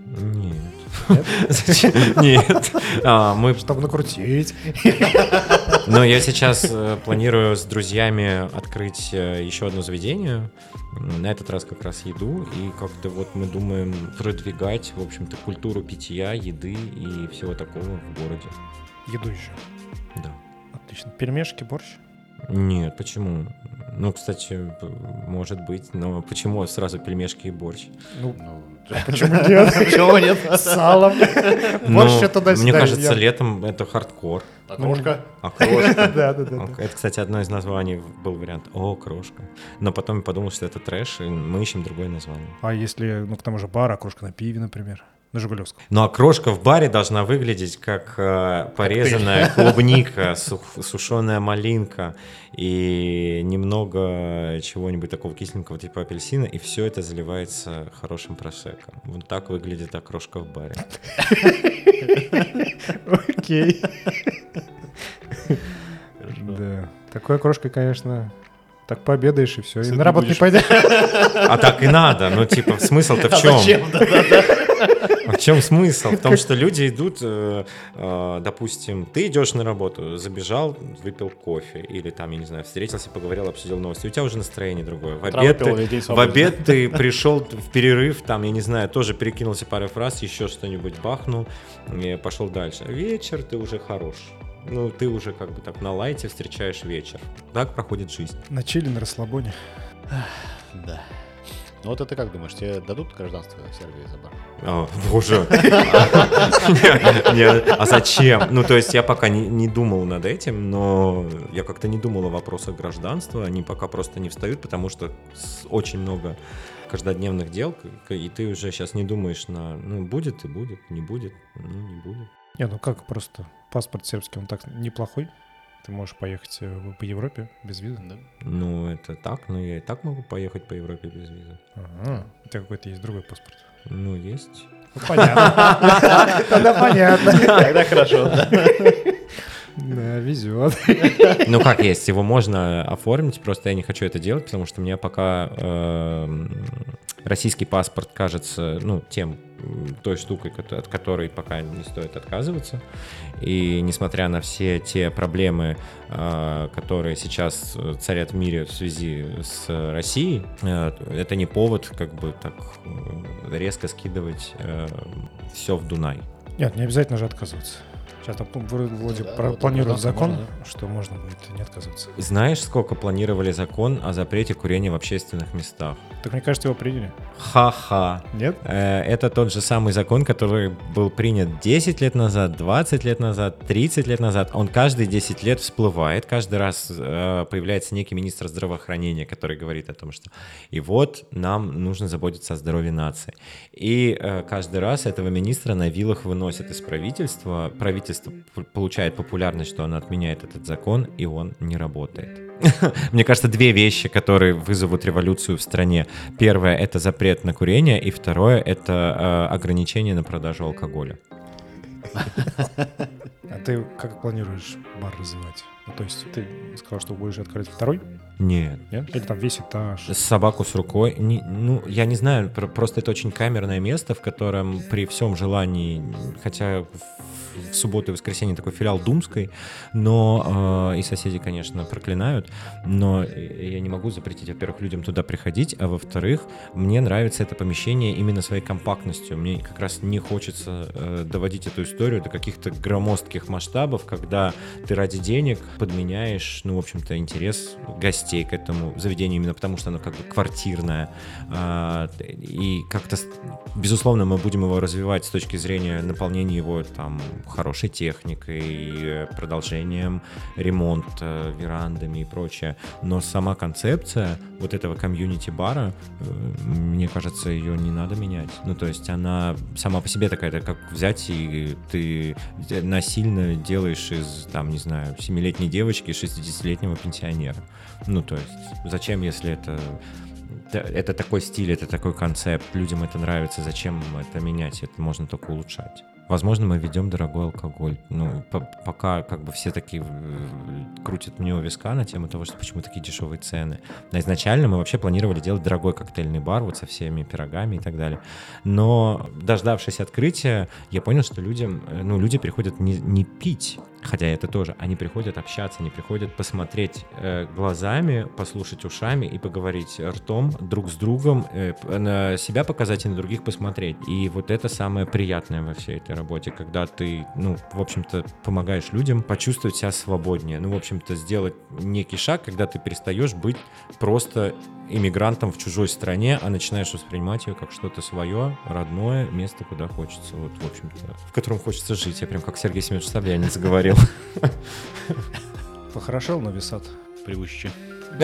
A: Нет. Зачем? Нет. А, мы,
C: Чтобы накрутить.
A: но я сейчас э, планирую с друзьями открыть э, еще одно заведение. М, На этот раз как раз еду. И как-то вот мы думаем продвигать, в общем-то, культуру питья, еды и всего такого в городе.
C: Еду еще.
A: Да.
C: Отлично. Пельмешки, борщ?
A: Нет, почему? Ну, кстати, б- может быть, но почему сразу пельмешки и борщ?
C: Ну,
B: Ну,
C: почему нет?
B: почему нет?
C: С салом.
A: Ну,
C: Борщ это туда-сюда.
A: мне кажется,
C: ем.
A: летом это хардкор.
B: А крошка?
A: А крошка?
C: Да, да, да.
A: Ок, Это, кстати, одно из названий был вариант. О, крошка. Но потом я подумал, что это трэш, и мы ищем другое название.
C: А если, ну, к тому же бар, окрошка на пиве, например, на Жигулевском?
A: Ну а крошка в баре должна выглядеть как э, порезанная клубника, сух- сушеная малинка и немного чего-нибудь такого кисленького типа апельсина, и все это заливается хорошим просекко. Вот так выглядит окрошка в баре.
C: Окей. Да. Такой окрошкой, конечно, так пообедаешь и все. И
B: Сыт
C: на
B: не
C: работу не
B: будешь.
C: пойдешь.
A: А так и надо. Ну, типа, смысл-то в
B: А
A: чем?
B: зачем? Да-да-да.
A: В чем смысл? В том, что люди идут, э, э, допустим, ты идешь на работу, забежал, выпил кофе, или там, я не знаю, встретился, поговорил, обсудил новости, у тебя уже настроение другое. В
B: Утро
A: обед,
B: выпил,
A: ты,
B: весь день
A: в
B: свободен.
A: обед ты пришел в перерыв, там, я не знаю, тоже перекинулся пару фраз, еще что-нибудь бахнул, и пошел дальше. Вечер ты уже хорош. Ну, ты уже как бы так на лайте встречаешь вечер. Так проходит жизнь.
C: На чили, на расслабоне.
B: Да. Ну вот это как думаешь, тебе дадут гражданство Сербии за бар?
A: О, боже. Не, не, А зачем? Ну, то есть я пока не, не думал над этим, но я как-то не думал о вопросах гражданства. Они пока просто не встают, потому что с- очень много каждодневных дел, к- и ты уже сейчас не думаешь на, ну, будет и будет, не будет, ну, не будет.
C: Не, ну как просто паспорт сербский, он так неплохой. Ты можешь поехать э, по Европе без визы.
B: Да.
A: Ну, это так, но я и так могу поехать по Европе без визы.
C: Ага. У тебя какой-то есть другой паспорт.
A: Ну, есть.
C: Ну, понятно. Тогда понятно.
B: Тогда хорошо.
C: Да, везет.
A: Ну, как есть, его можно оформить, просто я не хочу это делать, потому что мне пока э, российский паспорт кажется, ну, тем, той штукой, от которой пока не стоит отказываться. И несмотря на все те проблемы, э, которые сейчас царят в мире в связи с Россией, э, это не повод как бы так резко скидывать э, все в Дунай.
C: Нет, не обязательно же отказываться. Сейчас там вроде
B: Да,
C: про-
B: вот
C: планируют
B: можно,
C: закон,
B: можно.
C: что можно будет не отказываться.
A: Знаешь, сколько планировали закон о запрете курения в общественных местах?
C: Так мне кажется, его приняли.
A: Ха-ха.
C: Нет?
A: Э, Это тот же самый закон, который был принят десять лет назад, двадцать лет назад, тридцать лет назад. Он каждые десять лет всплывает, каждый раз э, появляется некий министр здравоохранения, который говорит о том, что и вот нам нужно заботиться о здоровье нации. И э, каждый раз этого министра на вилах выносят из правительства. Правительство п- получает популярность, что оно отменяет этот закон, и он не работает. Мне кажется, две вещи, которые вызовут революцию в стране. Первое — это запрет на курение, и второе — это э, ограничение на продажу алкоголя.
C: А ты как планируешь бар развивать? Ну, то есть ты сказал, что будешь открыть второй?
A: Нет.
C: Нет? Или там весь этаж?
A: Собаку с рукой. Не- ну, я не знаю, про- просто это очень камерное место, в котором при всем желании, хотя в, в субботу и воскресенье такой филиал Думской, но э, и соседи, конечно, проклинают, но я не могу запретить, во-первых, людям туда приходить, а во-вторых, мне нравится это помещение именно своей компактностью. Мне как раз не хочется э, доводить эту историю до каких-то громоздких масштабов, когда ты ради денег подменяешь, ну, в общем-то, интерес гостей к этому заведению, именно потому что оно как бы квартирное. А, и как-то, с- безусловно, мы будем его развивать с точки зрения наполнения его там хорошей техникой, э, продолжением ремонта, верандами и прочее. Но сама концепция вот этого комьюнити-бара, э, мне кажется, ее не надо менять. Ну, то есть она сама по себе такая, это как взять и ты насильно делаешь из, там, не знаю, семилетней девочки шестидесятилетнего пенсионера. Ну, то есть зачем, если это... Это, это такой стиль, это такой концепт, людям это нравится, зачем это менять, это можно только улучшать. Возможно, мы ведем дорогой алкоголь. Ну, по- пока как бы все такие э, крутят мне у виска на тему того, что почему такие дешевые цены. А изначально мы вообще планировали делать дорогой коктейльный бар вот со всеми пирогами и так далее. Но дождавшись открытия, я понял, что людям, э, ну, люди приходят не, не пить, хотя это тоже, они приходят общаться, они приходят посмотреть э, глазами, послушать ушами и поговорить ртом друг с другом, э, п- на себя показать и на других посмотреть. И вот это самое приятное во всей этой работе, когда ты, ну, в общем-то, помогаешь людям почувствовать себя свободнее. Ну, в общем-то, сделать некий шаг, когда ты перестаешь быть просто иммигрантом в чужой стране, а начинаешь воспринимать ее как что-то свое, родное, место, куда хочется, вот, в общем-то, в котором хочется жить. Я прям как Сергей Семенович Собянин заговорил.
C: Похорошел на Висат?
B: Привычки.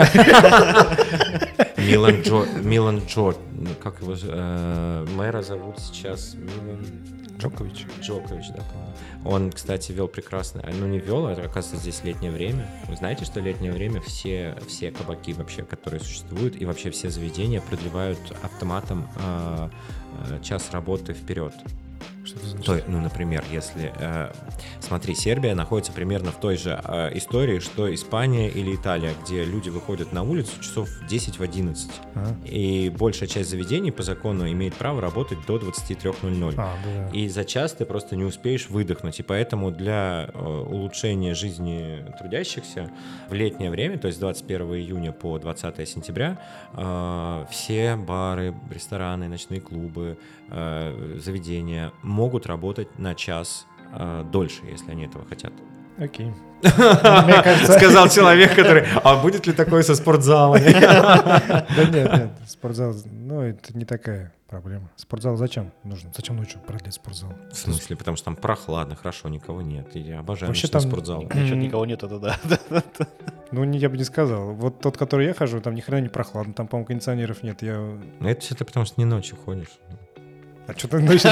A: Милан Джо, Милан Джо, ну, как его, же, э, мэра зовут сейчас Милан
C: Джокович.
A: Джокович, да, по-моему. Он, кстати, вел прекрасно, а, ну не вел, это, оказывается, здесь летнее время. Вы знаете, что летнее время все, все кабаки вообще, которые существуют, и вообще все заведения продлевают автоматом э, э, час работы вперед.
C: Что это значит?
A: То, ну, например, если, э, смотри, Сербия находится примерно в той же э, истории, что Испания или Италия, где люди выходят на улицу часов в десять одиннадцать,
C: А,
A: и большая часть заведений по закону имеет право работать до двадцати трёх ноль-ноль.
C: а, да.
A: И за час ты просто не успеешь выдохнуть. И поэтому для э, улучшения жизни трудящихся в летнее время, то есть с двадцать первого июня по двадцатое сентября, э, все бары, рестораны, ночные клубы, э, заведения могут работать на час э, дольше, если они этого хотят.
C: Окей. Мне кажется...
A: Сказал человек, который... А будет ли такое со спортзалами?
C: Да нет, нет, спортзал, ну, это не такая проблема. Спортзал зачем нужен? Зачем ночью продлить спортзал?
A: В смысле? Потому что там прохладно, хорошо, никого нет. И я обожаю
C: Вообще
A: ночные
C: там-
A: спортзалы.
B: Насчет никого нет, это да.
C: Ну, не- я бы не сказал. Вот тот, который я хожу, там ни хрена не прохладно, там, по-моему, кондиционеров нет. Я...
A: Ну, это все ты потому что не ночью ходишь.
C: А что ты ночью?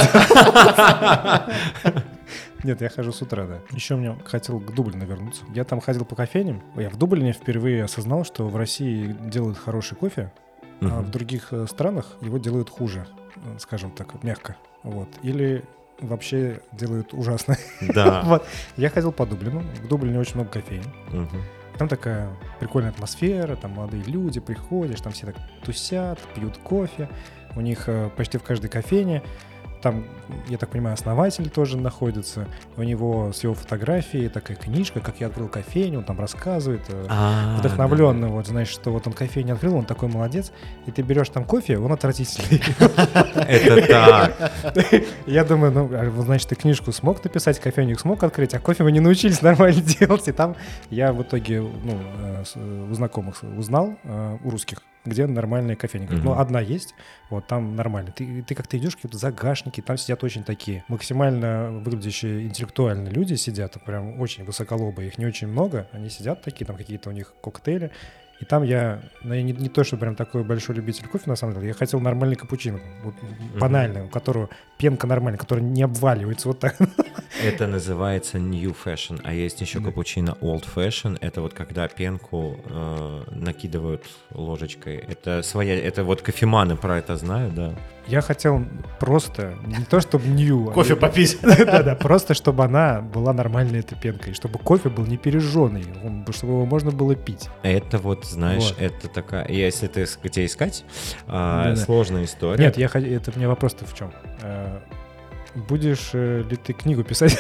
C: Нет, я хожу с утра, да. Еще мне хотел к Дублину вернуться. Я там ходил по кофейням. Я в Дублине впервые осознал, что в России делают хороший кофе, а в других э, странах его делают хуже, э, скажем так, мягко. Вот. Или вообще делают ужасно.
A: Да.
C: Вот. Я ходил по Дублину. В Дублине очень много кофеин.
A: Мгм.
C: Там такая прикольная атмосфера, там молодые люди, приходишь, там все так тусят, пьют кофе. У них э, почти в каждой кофейне. Там, я так понимаю, основатель тоже находится. У него с его фотографией такая книжка, как я открыл кофейню, он там рассказывает. э,
A: А,
C: Вдохновленно, вот, знаешь, что вот он кофейню открыл, он такой молодец, и ты берешь там кофе, он отвратительный.
A: да. Это так.
C: Я думаю, ну, а вот, значит, ты книжку смог написать, кофейник смог открыть, а кофе вы не научились нормально делать. И там я в итоге, ну, э, с- э, у знакомых узнал, э, у русских, где нормальная кофейня. Говорит, ну,
A: Мгм.
C: одна есть, вот там нормально. Ты, ты как-то идешь, какие-то загашники, там сидят очень такие максимально выглядящие интеллектуальные люди сидят, прям очень высоколобые, их не очень много, они сидят такие, там какие-то у них коктейли. И там я, ну, я не, не то, что прям такой большой любитель кофе, на самом деле, я хотел нормальный капучино, вот, банальный, у которого пенка нормальная, которая не обваливается вот так.
A: Это называется new fashion, а есть еще
C: Да.
A: капучино old fashion. Это вот когда пенку э, накидывают ложечкой. Это своя, это вот кофеманы про это знают, да.
C: Я хотел просто, не то чтобы new,
B: Кофе попить.
C: да-да, просто чтобы она была нормальной этой пенкой, чтобы кофе был не пережженный, он- чтобы его можно было пить.
A: Это вот, знаешь,
C: Вот.
A: это такая... Если ты с- где искать, а,
C: Да-да.
A: сложная история.
C: Нет, я хот- это у меня вопрос-то в чем? Э, Будешь э, ли ты книгу писать?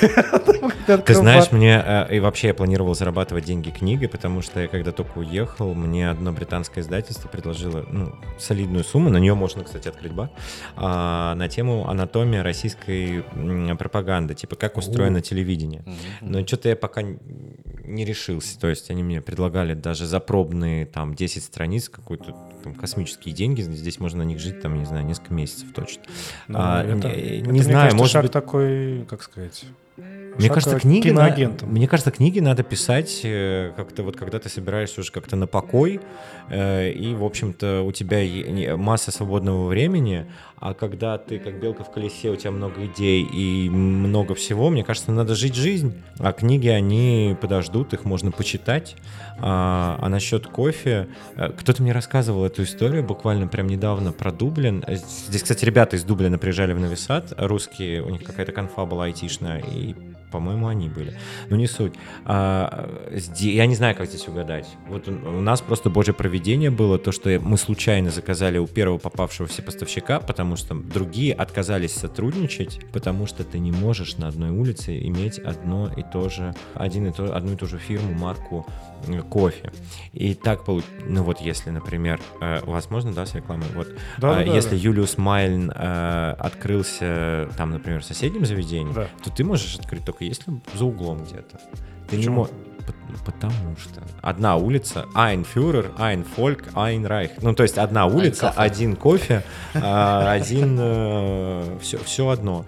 A: Ты знаешь, мне э, и вообще я планировал зарабатывать деньги книгой, потому что я когда только уехал, мне одно британское издательство предложило ну, солидную сумму, на нее можно, кстати, открыть бар, а, на тему анатомия российской м, пропаганды, типа как устроено телевидение. Но что-то я пока н- не решился, то есть они мне предлагали даже за пробные там десять страниц какой-то там, космические деньги, здесь можно на них жить там, не знаю, несколько месяцев точно.
C: Ну,
A: А,
C: это-
A: не-
C: это,
A: не
C: мне
A: знаю,
C: кажется,
A: может
C: шаг
A: быть-
C: такой, как сказать,
A: Мне
C: шаг
A: кажется,
C: к
A: книги на-
C: киноагентам.
A: мне кажется, книги надо писать э, как-то вот, когда ты собираешься уже как-то на покой, э, и, в общем-то, у тебя е- не- масса свободного времени, а когда ты как белка в колесе, у тебя много идей и много всего, мне кажется, надо жить жизнь. А книги, они подождут, их можно почитать. А, а насчет кофе, э, кто-то мне рассказывал эту историю буквально прям недавно про Дублин. Э, Здесь, кстати, ребята из Дублина приезжали в Нови Сад, русские, у них какая-то конфа была айтишная, и, по-моему, они были. Но не суть. А, зде- я не знаю, как здесь угадать. Вот у, у нас просто божье провидение было, то, что мы случайно заказали у первого попавшегося поставщика, потому что другие отказались сотрудничать, потому что ты не можешь на одной улице иметь одно и то же, один и то, одну и ту же фирму, марку э, кофе. И так получилось, ну вот если, например, э, у вас можно, да, с рекламой? Вот,
C: Да,
A: а,
C: да, да,
A: если
C: да.
A: Юлиус Майлен э, открылся там, например, в соседнем заведении,
C: Да.
A: то ты можешь открыть только если за углом где-то. Ты не
C: Почему?
A: можешь. Потому что одна улица, ein Führer, ein Volk, ein Reich. Ну, то есть одна улица,
B: кафе.
A: один кофе, а, один все, все одно.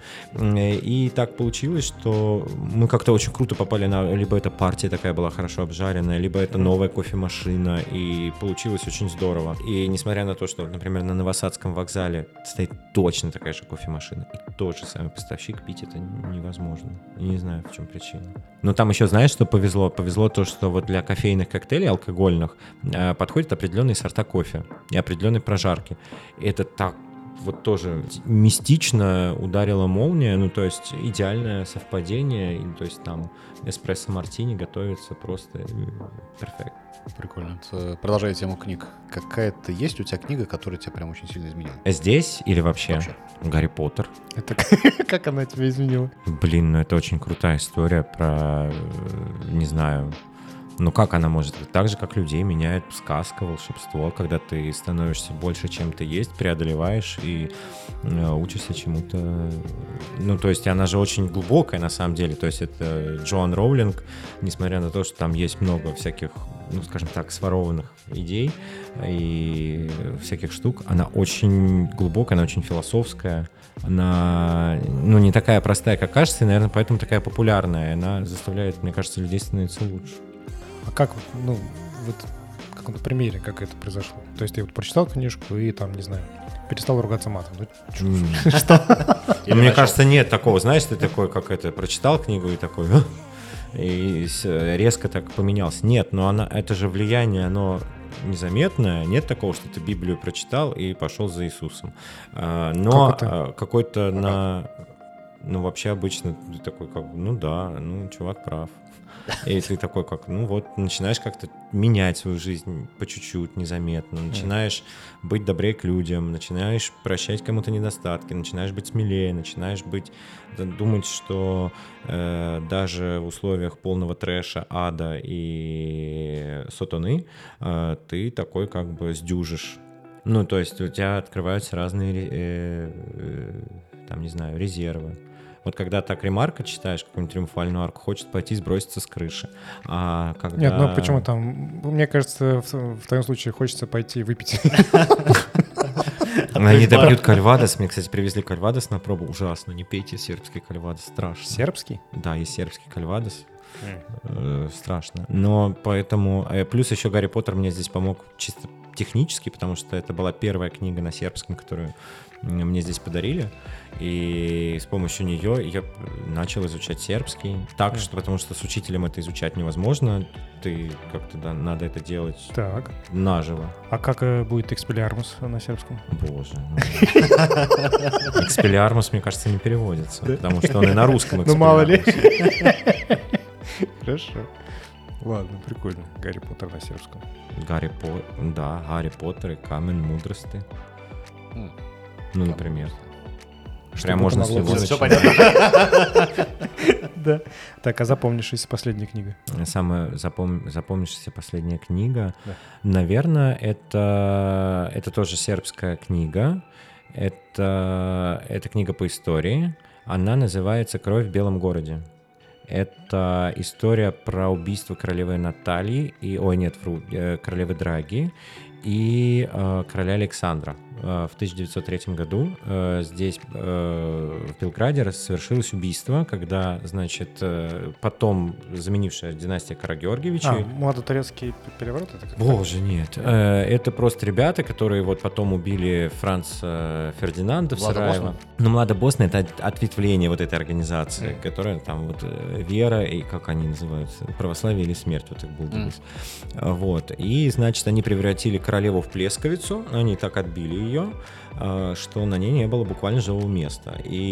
A: И так получилось, что мы как-то очень круто попали на... Либо эта партия такая была хорошо обжаренная, либо это новая кофемашина, и получилось очень здорово. И несмотря на то, что, например, на Новосадском вокзале стоит точно такая же кофемашина, и тот же самый поставщик, пить это невозможно. Я не знаю, в чем причина. Но там еще, знаешь, что повезло? Повезло то, что вот для кофейных коктейлей алкогольных э, подходят определенные сорта кофе и определенные прожарки. И это так вот тоже мистично ударила молния, ну то есть идеальное совпадение, и, то есть там эспрессо-мартини готовится просто перфект.
B: Прикольно. Это, продолжая тему книг. Какая-то есть у тебя книга, которая тебя прям очень сильно изменила?
A: Здесь или вообще?
B: Вообще.
A: Гарри Поттер.
C: Это как она тебя изменила?
A: Блин, ну это очень крутая история про, э, не знаю, ну как она может, так же как людей меняет сказка, волшебство, когда ты становишься больше, чем ты есть, преодолеваешь и э, учишься чему-то. Ну то есть она же очень глубокая на самом деле, то есть это Джоан Роулинг, несмотря на то, что там есть много всяких, ну скажем так, сворованных идей и всяких штук, она очень глубокая, она очень философская, она, ну, не такая простая, как кажется, и, наверное, поэтому такая популярная. Она заставляет, мне кажется, людей становиться лучше.
C: А как, ну, вот каком-то примере, как это произошло. То есть ты вот прочитал книжку и там, не знаю, перестал ругаться матом. Ну,
A: М.
B: Или
A: Мне
B: начал-
A: кажется, нет такого, знаешь, ты такой, как это, прочитал книгу и такой, «А?» и с- резко так поменялся. Нет, но она, это же влияние, оно незаметное. Нет такого, что ты Библию прочитал и пошел за Иисусом. А, Но
C: Как это?
A: а, какой-то на... Ну, вообще обычно ты такой, как бы, ну да, ну, чувак прав. И ты такой, как, ну вот, начинаешь как-то менять свою жизнь по чуть-чуть, незаметно. Начинаешь быть добрее к людям, начинаешь прощать кому-то недостатки, начинаешь быть смелее, начинаешь быть, д- думать, что э, даже в условиях полного трэша, ада и сатаны э, ты такой как бы сдюжишь. Ну, то есть у тебя открываются разные, ре- э, э, там, не знаю, резервы. Вот когда так ремарка читаешь, какую-нибудь триумфальную арку, хочется пойти сброситься с крыши. А когда...
C: Нет, ну почему там? Мне кажется, в, в твоем случае хочется пойти выпить.
A: Они допьют кальвадос. Мне, кстати, привезли кальвадос на пробу. Ужасно. Не пейте сербский кальвадос. Страшно.
C: Сербский?
A: Да, есть сербский кальвадос. Э, Страшно. Но поэтому... э, Плюс еще Гарри Поттер мне здесь помог чисто технически, потому что это была первая книга на сербском, которую м, мне здесь подарили. И с помощью нее я начал изучать сербский. Так, что, потому что с учителем это изучать невозможно. Ты как-то, да, надо это делать
C: Так.
A: наживо.
C: А как э, будет экспеллиармус на сербском?
A: Боже. Экспеллиармус, мне кажется, не переводится, потому что он и на русском
C: Ну, мало ли.
A: экспеллиармус.
C: Хорошо. Ладно, прикольно. Гарри Поттер на сербском.
A: Гарри Поттер, да, Гарри Поттер и Камень мудрости.
B: М,
A: Ну, например.
C: Что
A: Прям
C: бы
A: можно с
C: помогло
A: него
B: Всё
C: взять?
B: понятно.
C: Да. Так, а запомнившаяся последняя книга?
A: Самая запом... запомнившаяся последняя книга,
C: Да.
A: наверное, это... это тоже сербская книга. Это... это книга по истории. Она называется «Кровь в белом городе». Это история про убийство королевы Натальи, и, ой, нет, вру, э, королевы Драги и э, короля Александра. Э, в тысяча девятьсот третьем году э, здесь, э, в Белграде, раз- совершилось убийство, когда, значит, э, потом заменившая династия Карагеоргиевичей...
C: А, младотурецкий переворот? Это как
A: Боже, нет. Э, Это просто ребята, которые вот потом убили Франца Фердинанда в
B: Влада
A: Сараево.
B: Босна?
A: Ну, Млада Босна — это от- ответвление вот этой организации, которая там вот э, вера и, как они называются, православие или смерть, вот их был девиз. А, Вот. И, значит, они превратили королеву в плесковицу, они так отбили ее, а, что на ней не было буквально живого места.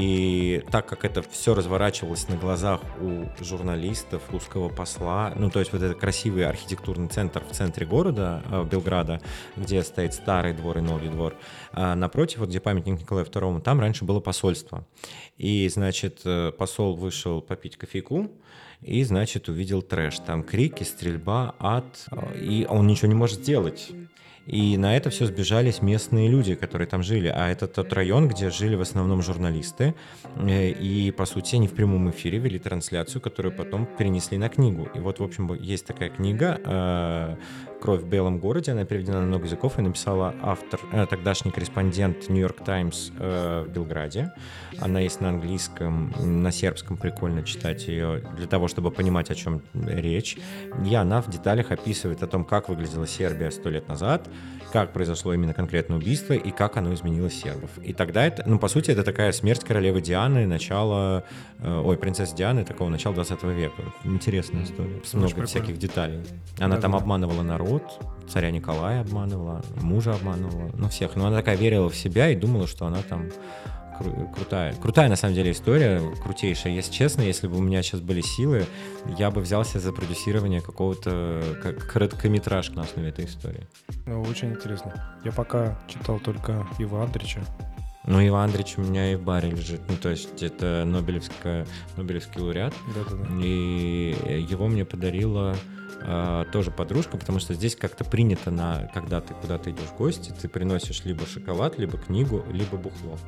A: И так как это все разворачивалось на глазах у журналистов, русского посла, ну, то есть вот этот красивый архитектурный центр в центре города, э, Белграда, где стоит старый двор и новый двор, а напротив, вот где памятник Николаю второму, там раньше было посольство. И, значит, э, посол вышел попить кофейку, и, значит, увидел трэш. Там крики, стрельба, ад, э, и он ничего не может сделать. И на это все сбежались местные люди, которые там жили. А это тот район, где жили в основном журналисты. Э, И, по сути, они в прямом эфире вели трансляцию, которую потом перенесли на книгу. И вот, в общем, есть такая книга э, «Кровь в белом городе». Она переведена на много языков и написала автор, э, тогдашний корреспондент «Нью-Йорк Таймс» э, в Белграде. Она есть на английском, на сербском прикольно читать ее для того, чтобы понимать, о чем речь. И она в деталях описывает о том, как выглядела Сербия сто лет назад, как произошло именно конкретное убийство и как оно изменило сербов. И тогда это, ну, по сути, это такая смерть королевы Дианы, начало, э, ой, принцессы Дианы, такого начала двадцатого века. Интересная история, с много
C: прикольно.
A: всяких деталей. Она там
C: Да-да-да.
A: обманывала народ, царя Николая обманывала, мужа обманывала, ну, всех. Но она такая верила в себя и думала, что она там кру- крутая. Крутая, на самом деле, история, крутейшая. Если честно, если бы у меня сейчас были силы, я бы взялся за продюсирование какого-то как короткометражки на основе этой истории.
C: Ну, очень интересно. Я пока читал только Ива Андрича.
A: Ну, Иван Андреевич у меня и в баре лежит. Ну, то есть это Нобелевская, Нобелевский лауреат.
C: Да-да-да.
A: И его мне подарила э, тоже подружка, потому что здесь как-то принято, на, когда ты куда-то идешь в гости, ты приносишь либо шоколад, либо книгу, либо бухло.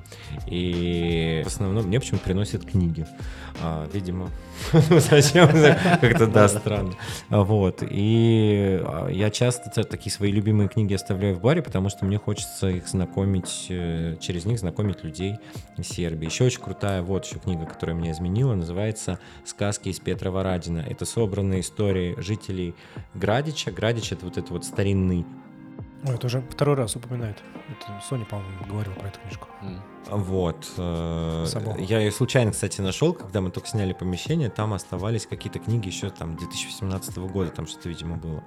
A: И в основном мне почему-то приносят книги. А, видимо, зачем? Как-то, да, странно. Вот. И я часто т- такие свои любимые книги оставляю в баре, потому что мне хочется их знакомить, э, через них знакомить людей из Сербии. Еще очень крутая вот еще книга, которая меня изменила, называется «Сказки из Петрова Радина». Это собранные истории жителей создателей Градича. Градич — это вот этот вот старинный...
C: Ой, это уже второй раз упоминает. Это Соня, по-моему, говорила про эту книжку.
B: М.
A: Вот. э,
C: Собол.
A: Я ее случайно, кстати, нашел, когда мы только сняли помещение, там оставались какие-то книги еще там две тысячи восемнадцатого года, там что-то, видимо, было.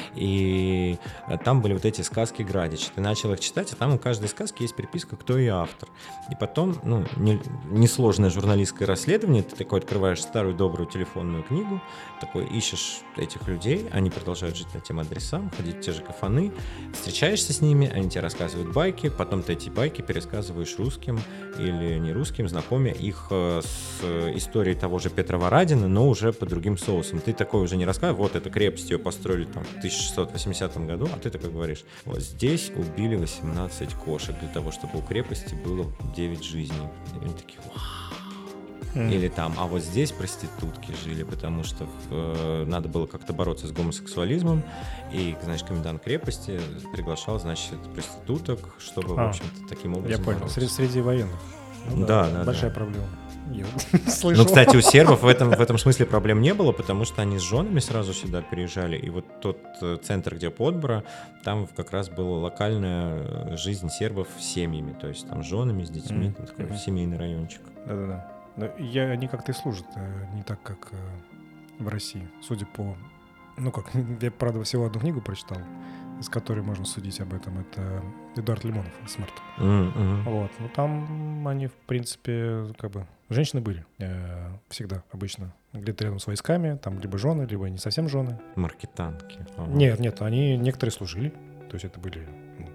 A: И э, там были вот эти сказки Градича. Ты начал их читать, а там у каждой сказки есть приписка, кто ее автор. И потом, ну, не- несложное журналистское расследование, ты такой открываешь старую добрую телефонную книгу, такой ищешь этих людей, они продолжают жить на тем адресам, ходить в те же кафаны, встречаешься с ними, они тебе рассказывают байки, потом ты эти байки пересказываешь русским или не русским, знакомя их э, с историей того же Петрова-Радина, но уже по другим соусам. Ты такой уже не рассказываешь, вот эта крепость, ее построили там в тысяча шестьсот восьмидесятом году, а ты такой говоришь, вот здесь убили восемнадцать кошек для того, чтобы у крепости было девять жизней. И они такие, вау. Или там, а вот здесь проститутки жили, потому что э, надо было как-то бороться с гомосексуализмом, и, знаешь, комендант крепости приглашал, значит, проституток, чтобы,
C: А,
A: в общем-то, таким образом
C: Я понял,
A: бороться.
C: среди, среди военных. Ну
A: Да, да,
C: Большая
A: да.
C: проблема. Я слышал.
A: Ну, кстати, у сербов в этом, в этом смысле проблем не было, потому что они с женами сразу сюда переезжали, и вот тот э, центр, где Подбора, там как раз была локальная жизнь сербов с семьями, то есть там с женами, с детьми,
C: Мгм.
A: там такой
C: Мгм.
A: семейный райончик.
C: Да-да-да. Но я, они как-то и служат э, не так, как э, в России. Судя по... Ну как, я, правда, всего одну книгу прочитал, из которой можно судить об этом. Это Эдуард Лимонов «Смарт».
A: М, мгм.
C: Вот. Ну там они, в принципе, как бы... Женщины были э, всегда, обычно. Где-то рядом с войсками, там либо жены, либо не совсем жены.
A: Маркетанки. Ага.
C: Нет, нет, они некоторые служили. То есть это были...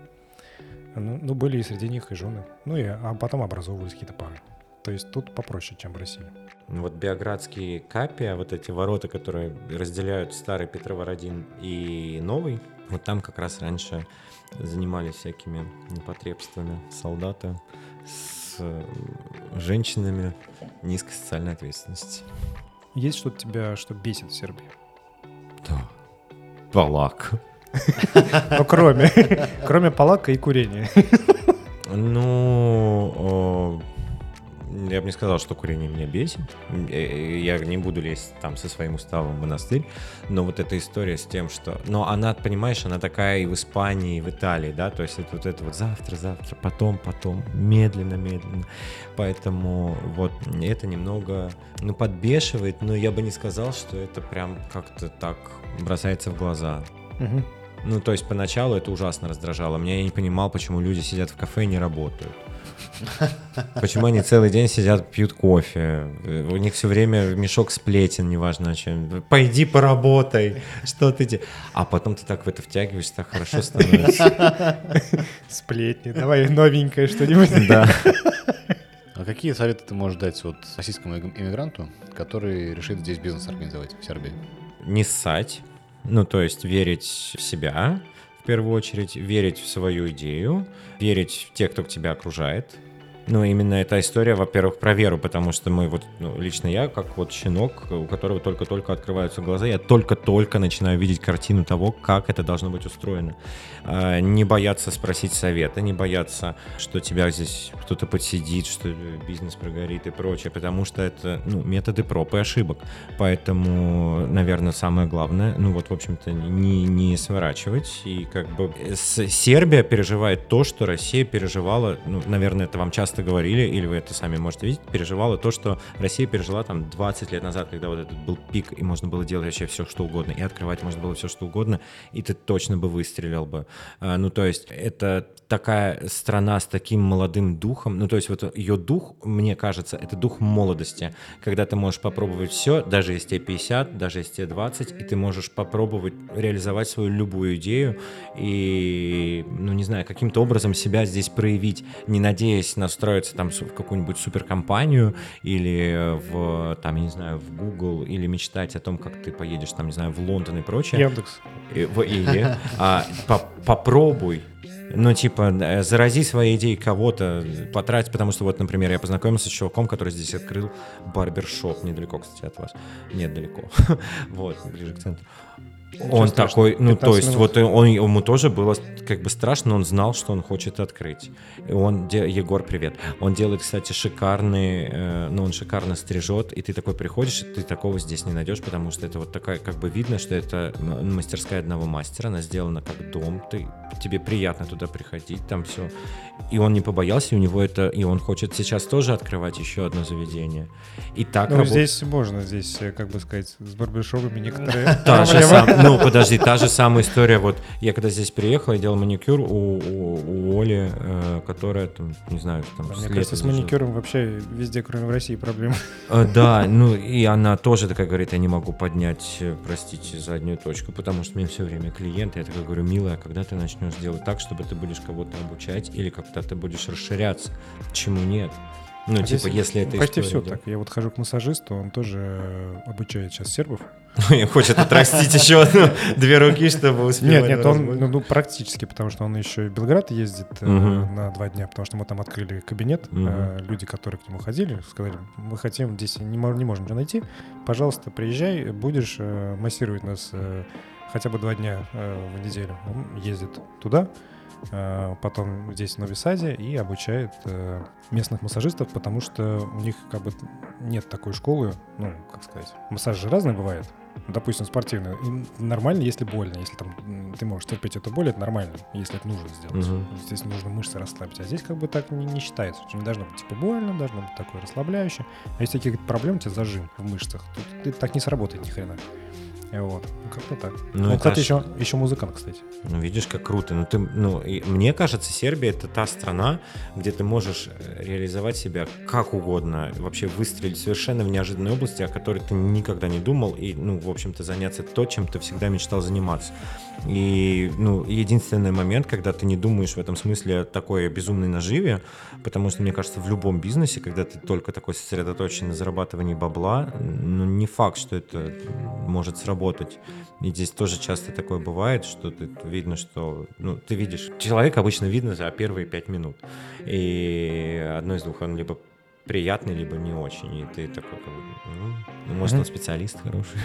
C: Ну, ну, были и среди них и жены. Ну, и, а потом образовывались какие-то пары. То есть тут попроще, чем в России.
A: Вот Биоградские Капия, вот эти ворота, которые разделяют старый Петровородин и новый, вот там как раз раньше занимались всякими непотребствами солдаты с э, женщинами низкой социальной ответственности.
C: Есть что-то тебя, что бесит в Сербии?
A: Да. Палак.
C: Ну, кроме, кроме палака и курения.
A: Ну, э, я бы не сказал, что курение меня бесит. Э, Я не буду лезть там со своим уставом в монастырь, но вот эта история с тем, что... Но она, понимаешь, она такая и в Испании, и в Италии, да, то есть это вот это вот завтра, завтра, потом, потом, медленно, медленно. Поэтому вот это немного, ну, подбешивает, но я бы не сказал, что это прям как-то так бросается в глаза.
C: Мгм.
A: Ну, то есть поначалу это ужасно раздражало. Меня я не понимал, почему люди сидят в кафе и не работают. Почему они целый день сидят, пьют кофе. У них все время мешок сплетен, неважно о чем. Пойди поработай, что ты делаешь. А потом ты так в это втягиваешься, так хорошо становится.
C: Сплетни. Давай новенькое что-нибудь.
A: Да.
B: А какие советы ты можешь дать вот российскому иммигранту, который решит здесь бизнес организовать в Сербии?
A: Не ссать. Ну, то есть верить в себя, в первую очередь, верить в свою идею, верить в тех, кто тебя окружает. Ну, именно эта история, во-первых, про веру, потому что мы вот, ну, лично я, как вот щенок, у которого только-только открываются глаза, я только-только начинаю видеть картину того, как это должно быть устроено. А, не бояться спросить совета, не бояться, что тебя здесь кто-то подсидит, что бизнес прогорит и прочее, потому что это, ну, методы проб и ошибок. Поэтому, наверное, самое главное, ну вот, в общем-то, не, не сворачивать. И как бы с- Сербия переживает то, что Россия переживала, ну, наверное, это вам часто говорили, или вы это сами можете видеть, переживала то, что Россия пережила там двадцать лет назад, когда вот этот был пик, и можно было делать вообще все, что угодно, и открывать можно было все, что угодно, и ты точно бы выстрелил бы. А, ну, то есть это такая страна с таким молодым духом, ну, то есть вот ее дух, мне кажется, это дух молодости, когда ты можешь попробовать все, даже если тебе пятьдесят, даже если тебе двадцать, и ты можешь попробовать реализовать свою любую идею и, ну, не знаю, каким-то образом себя здесь проявить, не надеясь настроиться там в какую-нибудь суперкомпанию или в, там, я не знаю, в Google, или мечтать о том, как ты поедешь, там, не знаю, в Лондон и прочее.
C: Яндекс.
A: И- в- Или а, по- попробуй. Ну, типа, э, зарази своей идеей кого-то, потрать, потому что вот, например, я познакомился с чуваком, который здесь открыл барбершоп, недалеко, кстати, от вас. Нет, далеко. Вот, ближе к центру. Он
C: страшного?
A: такой, ну, то есть,
C: минут.
A: вот он, ему тоже было как бы страшно, он знал, что он хочет открыть. И он, де- Егор, привет. Он делает, кстати, шикарный, э, ну, он шикарно стрижет, и ты такой приходишь, и ты такого здесь не найдешь, потому что это вот такая, как бы видно, что это м- мастерская одного мастера, она сделана как дом, ты, тебе приятно туда приходить, там все. И он не побоялся, и у него это, и он хочет сейчас тоже открывать еще одно заведение. И так
C: Ну,
A: работ-
C: здесь можно, здесь, э, как бы сказать, с барбершопами некоторые
A: Та же
C: проблемы.
A: сам- ну, подожди, та же самая история. Вот я когда здесь приехал, я делал маникюр у, у, у Оли, э, которая, там, не знаю, там,
C: Мне
A: с
C: кажется,
A: лета
C: с
A: зажила.
C: маникюром вообще везде, кроме в России, проблемы.
A: Э, Да, ну и она тоже такая говорит, я не могу поднять, э, простите, заднюю точку, потому что мне все время клиенты. Я такая говорю, милая, когда ты начнешь делать так, чтобы ты будешь кого-то обучать, или когда ты будешь расширяться? Почему нет? Ну,
C: А
A: типа,
C: здесь
A: если это
C: почти
A: история,
C: все
A: да.
C: так. Я вот хожу к массажисту, он тоже э, обучает сейчас сербов.
A: Хочет отрастить еще одну, две руки, чтобы успевать.
C: Нет, нет,
A: на
C: он
A: разбор.
C: ну, ну, практически, потому что он еще и в Белград ездит э,
A: Мгм.
C: на два дня, потому что мы там открыли кабинет.
A: Мгм.
C: Э, люди, которые к нему ходили, сказали, мы хотим, здесь не, мо- не можем ничего найти, пожалуйста, приезжай, будешь э, массировать нас э, хотя бы два дня э, в неделю. Он ездит туда, э, потом здесь в Нови Саде и обучает э, местных массажистов, потому что у них как бы нет такой школы, ну, как сказать, массаж же разный бывает. Допустим, спортивный. И нормально, если больно. Если там м, ты можешь терпеть эту боль, это нормально, если это нужно сделать.
A: Мгм.
C: Здесь нужно мышцы расслабить. А здесь как бы так не, не считается. Что не должно быть типа больно, должно быть такое расслабляющее. А если какие-то проблемы, у тебя зажим в мышцах, тут ты так не сработает ни хрена. И вот. Ну, как-то так.
A: Ну,
C: Ну,
A: это
C: кстати,
A: ж-
C: еще, еще музыкант, кстати.
A: Ну, видишь, как круто. Ну, ты, ну, и мне кажется, Сербия — это та страна, где ты можешь э, реализовать себя как угодно, вообще выстрелить совершенно в неожиданной области, о которой ты никогда не думал, и, ну, в общем-то, заняться то, чем ты всегда мечтал заниматься. И, ну, единственный момент, когда ты не думаешь в этом смысле о такой безумной наживе, потому что, мне кажется, в любом бизнесе, когда ты только такой сосредоточен на зарабатывании бабла, ну, не факт, что это может сработать. И здесь тоже часто такое бывает, что ты видно, что, ну, ты видишь, человек обычно видно за первые пять минут. И одно из двух, он либо приятный, либо не очень. И ты такой, как бы, ну, может,
C: Мгм.
A: он специалист хороший.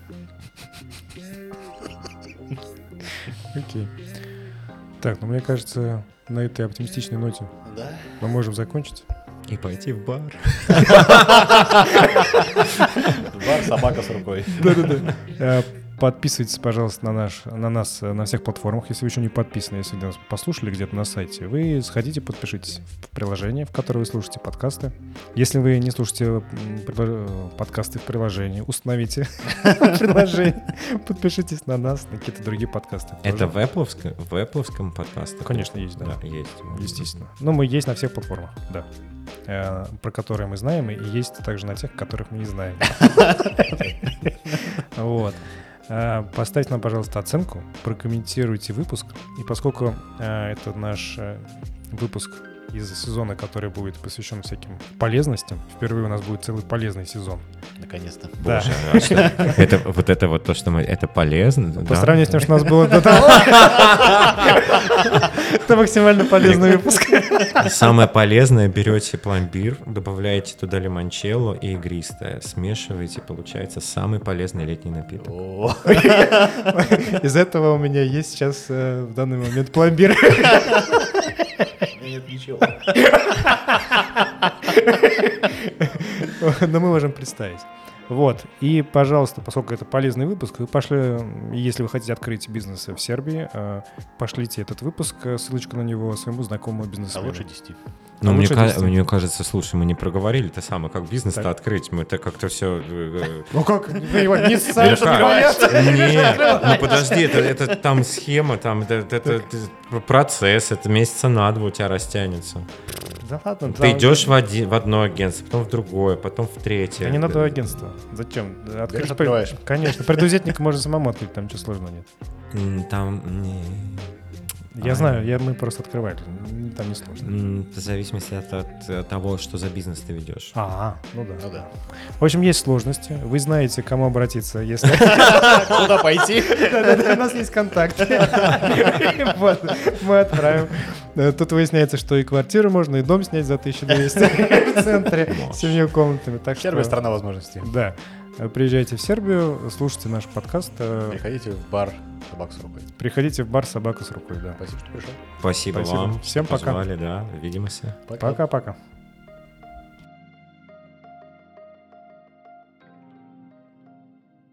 C: Окей. Так, ну мне кажется, на этой оптимистичной ноте
B: Да.
C: мы можем закончить.
A: И пойти в бар.
B: Бар, собака с рукой.
C: Да-да-да. Э, Подписывайтесь, пожалуйста, на, наш, на нас э, на всех платформах. Если вы еще не подписаны, если вы нас послушали где-то на сайте, вы сходите, подпишитесь в приложение, в которое вы слушаете подкасты. Если вы не слушаете м, прилож- э, подкасты в приложении, установите приложение, подпишитесь на нас, на какие-то другие подкасты.
A: Это
C: тоже.
A: в Apple-овском, в Apple-овском подкасте?
C: Конечно, есть, да.
A: Да, есть.
C: Естественно. Но мы есть на всех платформах, да. Э, про которые мы знаем, и есть также на тех, которых мы не знаем. Вот. Э, Поставьте нам, пожалуйста, оценку, прокомментируйте выпуск. И поскольку э, это наш э, выпуск из сезона, который будет посвящен всяким полезностям, впервые у нас будет целый полезный сезон.
B: Наконец-то.
C: Да.
A: Боже, а что? Это вот это вот то, что мы... Это полезно?
C: По
A: да?
C: сравнению с тем, что у нас было до того. Это максимально полезный выпуск.
A: Самое полезное, берете пломбир, добавляете туда лимончелло и игристое, смешиваете, получается самый полезный летний напиток.
B: О,
C: Из этого у меня есть сейчас э, в данный момент пломбир.
B: нет ничего.
C: Но мы можем представить. Вот. И, пожалуйста, поскольку это полезный выпуск, вы пошли, если вы хотите открыть бизнес в Сербии, э, пошлите этот выпуск, э, ссылочку на него своему знакомому
B: А
C: бизнесмену.
B: лучше десяти.
A: Но
C: А
A: мне,
C: лучше
A: ка-
C: десять.
A: мне кажется, слушай, мы не проговорили то самое, как бизнес-то
C: Так.
A: открыть. Мы это как-то все...
C: Ну как? Вы его не сами
A: Ну как? Нет, ну подожди, это, это там схема, там это, это- это процесс, это месяца на два у тебя растянется.
C: Да ладно.
A: Ты идешь в, один, в одно агентство, потом в другое, потом в третье.
C: Да не надо агентство. Зачем? Открыть
B: Берешь, открываешь.
C: Конечно. Предузетник можно самому открыть, там ничего сложного нет.
A: М, Там... не.
C: Я
A: А,
C: знаю, я, мы просто открывали. М, Там не сложно.
A: м, В зависимости от, от, от того, что за бизнес ты ведешь.
C: А, ну да.
B: Ну да.
C: В общем, есть сложности. Вы знаете, к кому обратиться, если...
B: Куда пойти?
C: Да-да-да, у нас есть контакты. Вот, мы отправим. Э, Тут выясняется, что и квартиру можно, и дом снять за тысячу двести в центре с семью комнатами. Так
B: Первая
C: что,
B: страна возможностей.
C: да. Э, Приезжайте в Сербию, слушайте наш подкаст. э,
B: Приходите в бар «Собака с рукой».
C: Приходите в бар «Собака с рукой», да.
B: Спасибо, что пришел.
A: Спасибо,
C: Спасибо.
A: вам.
C: Всем
A: что
C: пока.
A: позвали, да. Увидимся.
C: Пока-пока.